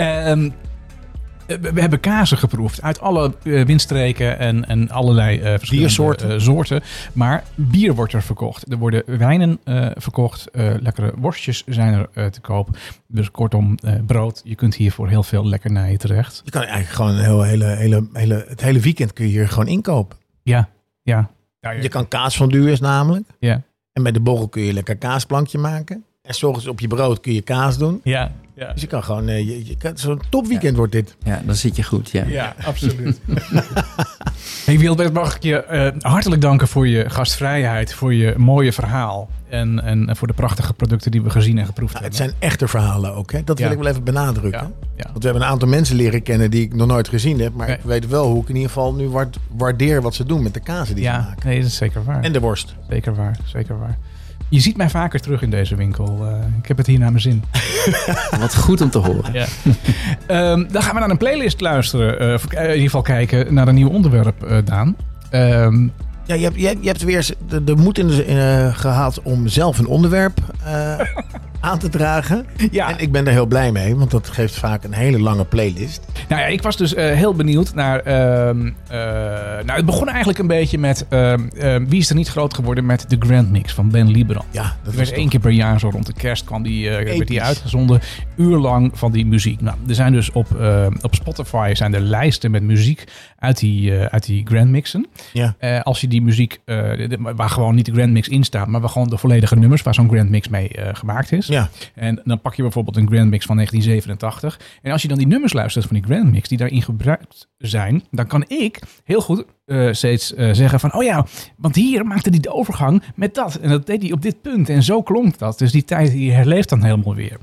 We hebben kazen geproefd uit alle windstreken en allerlei verschillende soorten. Maar bier wordt er verkocht. Er worden wijnen verkocht. Lekkere worstjes zijn er te koop. Dus kortom, brood. Je kunt hier voor heel veel lekkernijen terecht. Je kan eigenlijk gewoon het hele weekend kun je hier gewoon inkopen. Ja. Je kan kaasfondue namelijk. Ja. En bij de borrel kun je lekker kaasplankje maken. En 's ochtends op je brood kun je kaas doen. Ja. Dus je kan gewoon... zo'n topweekend wordt dit. Ja, dan zit je goed, ja. Ja, absoluut. Hey Wilbert, mag ik je hartelijk danken voor je gastvrijheid, voor je mooie verhaal en voor de prachtige producten die we gezien en geproefd hebben. Het zijn echte verhalen ook, hè? Dat wil ik wel even benadrukken. Ja. Want we hebben een aantal mensen leren kennen die ik nog nooit gezien heb. Maar ik weet wel hoe ik in ieder geval nu waardeer wat ze doen met de kazen die ze maken. Nee, dat is zeker waar. En de worst. Zeker waar. Je ziet mij vaker terug in deze winkel. Ik heb het hier naar mijn zin. Wat goed om te horen. Ja. Dan gaan we naar een playlist luisteren. In ieder geval kijken naar een nieuw onderwerp, Daan. Ja, je hebt weer de moed gehad om zelf een onderwerp aan te dragen. Ja. En ik ben daar heel blij mee, want dat geeft vaak een hele lange playlist. Nou ja, ik was dus heel benieuwd naar... het begon eigenlijk een beetje met... wie is er niet groot geworden met de Grand Mix van Ben Liebrand. Ja, dat werd 1 keer per jaar, zo rond de kerst, werd die uitgezonden. Uurlang van die muziek. Nou, er zijn dus op Spotify zijn er lijsten met muziek uit die Grand Mixen. Ja. Als je die muziek, waar gewoon niet de Grand Mix in staat, maar waar gewoon de volledige nummers waar zo'n Grand Mix mee gemaakt is. Ja. En dan pak je bijvoorbeeld een Grand Mix van 1987. En als je dan die nummers luistert van die Grand Mix die daarin gebruikt zijn, dan kan ik heel goed steeds zeggen van, oh ja, want hier maakte hij de overgang met dat. En dat deed hij op dit punt. En zo klonk dat. Dus die tijd die herleeft dan helemaal weer.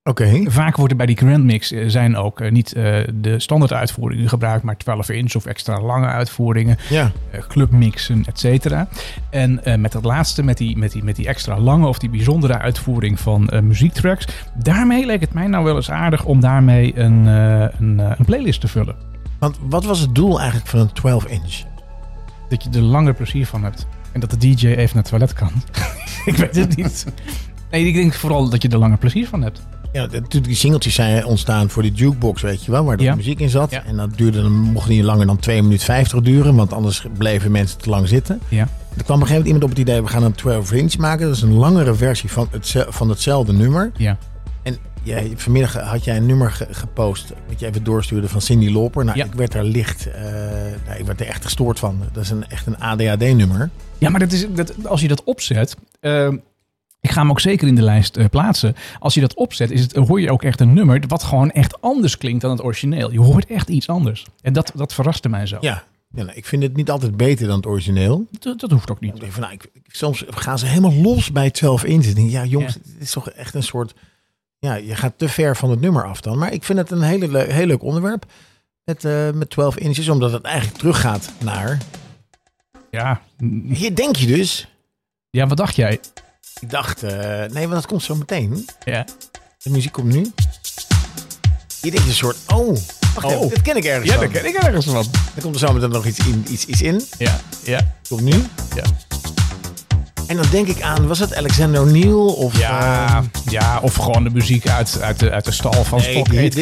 Oké. Vaak wordt er bij die Grand Mix zijn ook niet de standaard uitvoeringen gebruikt, maar 12-inch of extra lange uitvoeringen, clubmixen, et cetera. En met dat laatste, met die extra lange of die bijzondere uitvoering van muziektracks, daarmee leek het mij nou wel eens aardig om daarmee een playlist te vullen. Want wat was het doel eigenlijk van een 12-inch? Dat je er langer plezier van hebt. En dat de DJ even naar het toilet kan. Ik weet het niet. Nee, ik denk vooral dat je er langer plezier van hebt. Ja, natuurlijk die singeltjes zijn ontstaan voor die jukebox, weet je wel, waar de muziek in zat. Ja. En dat mocht niet langer dan 2 minuten 50 duren, want anders bleven mensen te lang zitten. Ja. Er kwam op een gegeven moment iemand op het idee, we gaan een 12-inch maken. Dat is een langere versie van hetzelfde nummer. Ja. En vanmiddag had jij een nummer gepost, wat je even doorstuurde van Cyndi Lauper. Nou, ik werd daar ik werd er echt gestoord van. Dat is echt een ADHD-nummer. Ja, maar als je dat opzet... Ik ga hem ook zeker in de lijst plaatsen. Als je dat opzet, hoor je ook echt een nummer wat gewoon echt anders klinkt dan het origineel. Je hoort echt iets anders. En dat verraste mij zo. Ja, ik vind het niet altijd beter dan het origineel. Dat hoeft ook niet. Soms gaan ze helemaal los bij 12-inch. Ik denk, ja jongens, dit is toch echt een soort... Ja, je gaat te ver van het nummer af dan. Maar ik vind het een heel leuk onderwerp met 12 inches, omdat het eigenlijk teruggaat naar... Ja. Hier denk je dus... Ja, wat dacht jij? Ik dacht, nee, want dat komt zo meteen. Ja. De muziek komt nu. Hier denk je een soort, wacht even, dit ken ik ergens van. Ja, dat ken ik ergens van. Dan komt er zo meteen nog iets in. Ja. Komt nu. Ja. En dan denk ik aan, was het Alexander O'Neal? Of, of gewoon de muziek uit de stal van Spock. Dit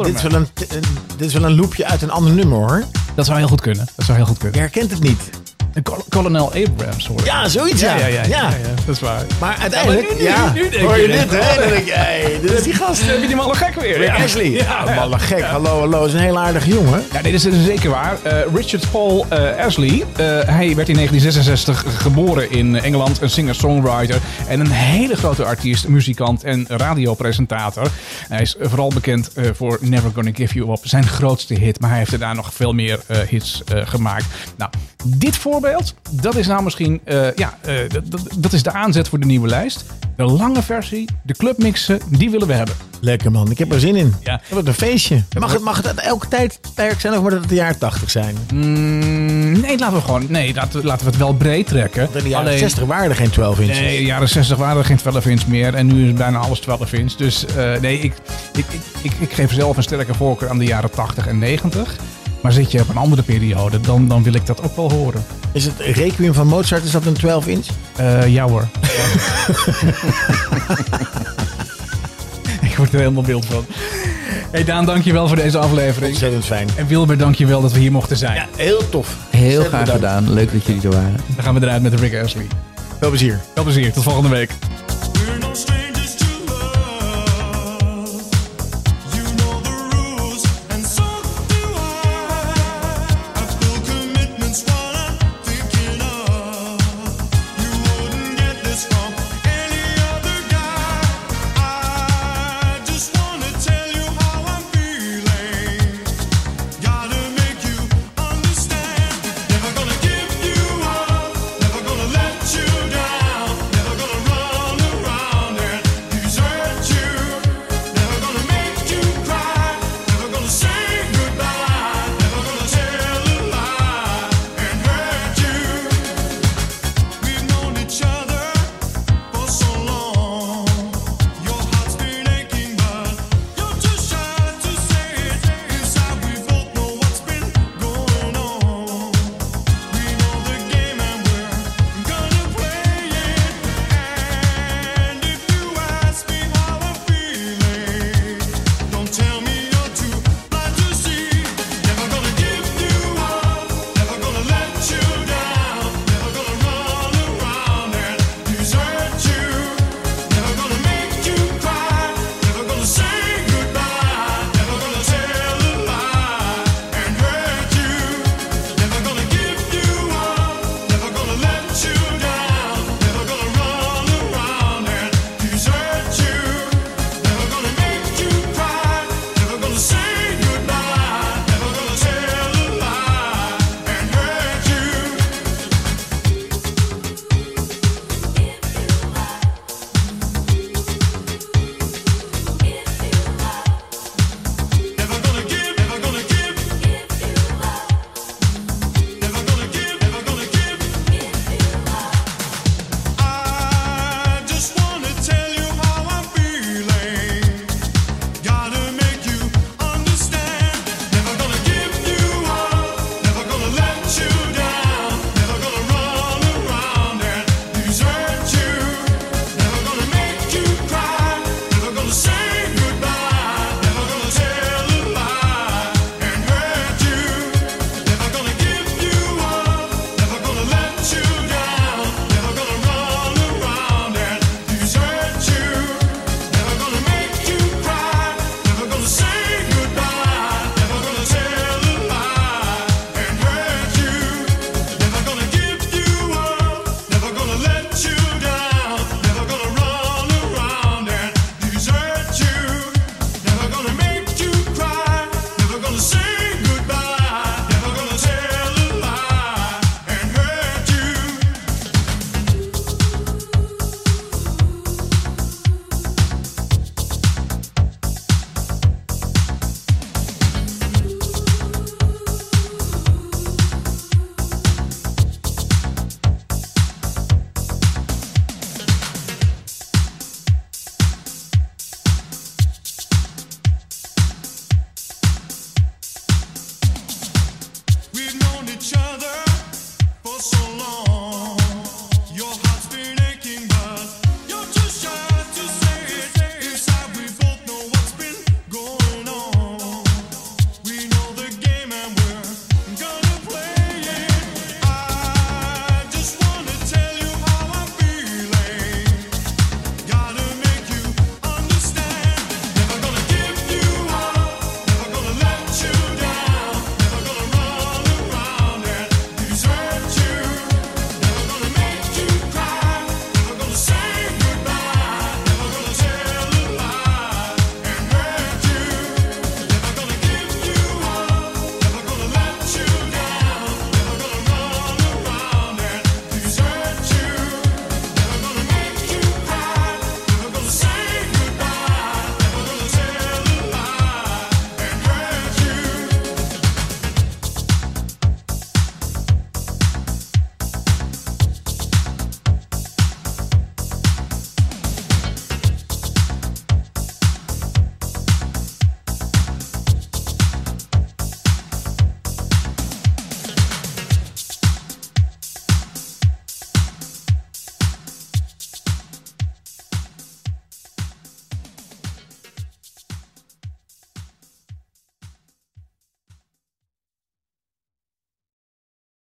is wel een loopje uit een ander nummer, hoor. Dat zou heel goed kunnen. Je herkent het niet. Kolonel Abrams, hoor. Ja, zoiets, ja. Dat is waar. Maar uiteindelijk, hoor je dit, hè? Dan denk je, dit is die gast. Heb je die malle gek weer? Rick Astley. Ja, malle gek. Hallo, is een heel aardige jongen. Ja, nee, dat is zeker waar. Richard Paul Astley, hij werd in 1966 geboren in Engeland, een singer-songwriter en een hele grote artiest, muzikant en radiopresentator. Hij is vooral bekend voor Never Gonna Give You Up, zijn grootste hit, maar hij heeft daarna nog veel meer hits gemaakt. Nou, dit voorbeeld, dat is nou misschien, dat is de aanzet voor de nieuwe lijst. De lange versie, de clubmixen, die willen we hebben. Lekker man, ik heb er zin in. Ja. Wat een feestje. Mag het elke tijd zijn of moet het de jaren 80 zijn? Nee, laten we het wel breed trekken. Want in de jaren 60 waren er geen 12 inches. Nee, in de jaren 60 waren er geen 12 inch meer. En nu is bijna alles 12 inch. Dus ik geef zelf een sterke voorkeur aan de jaren 80 en 90. Maar zit je op een andere periode, dan wil ik dat ook wel horen. Is het Requiem van Mozart, is dat een 12 inch? Ja hoor. Ik word er helemaal beeld van. Hey Daan, dankjewel voor deze aflevering. Ontzettend fijn. En Wilbert, dankjewel dat we hier mochten zijn. Ja, heel tof. Heel graag gedaan. Leuk dat jullie er waren. Dan gaan we eruit met Rick Astley. Veel plezier. Tot volgende week.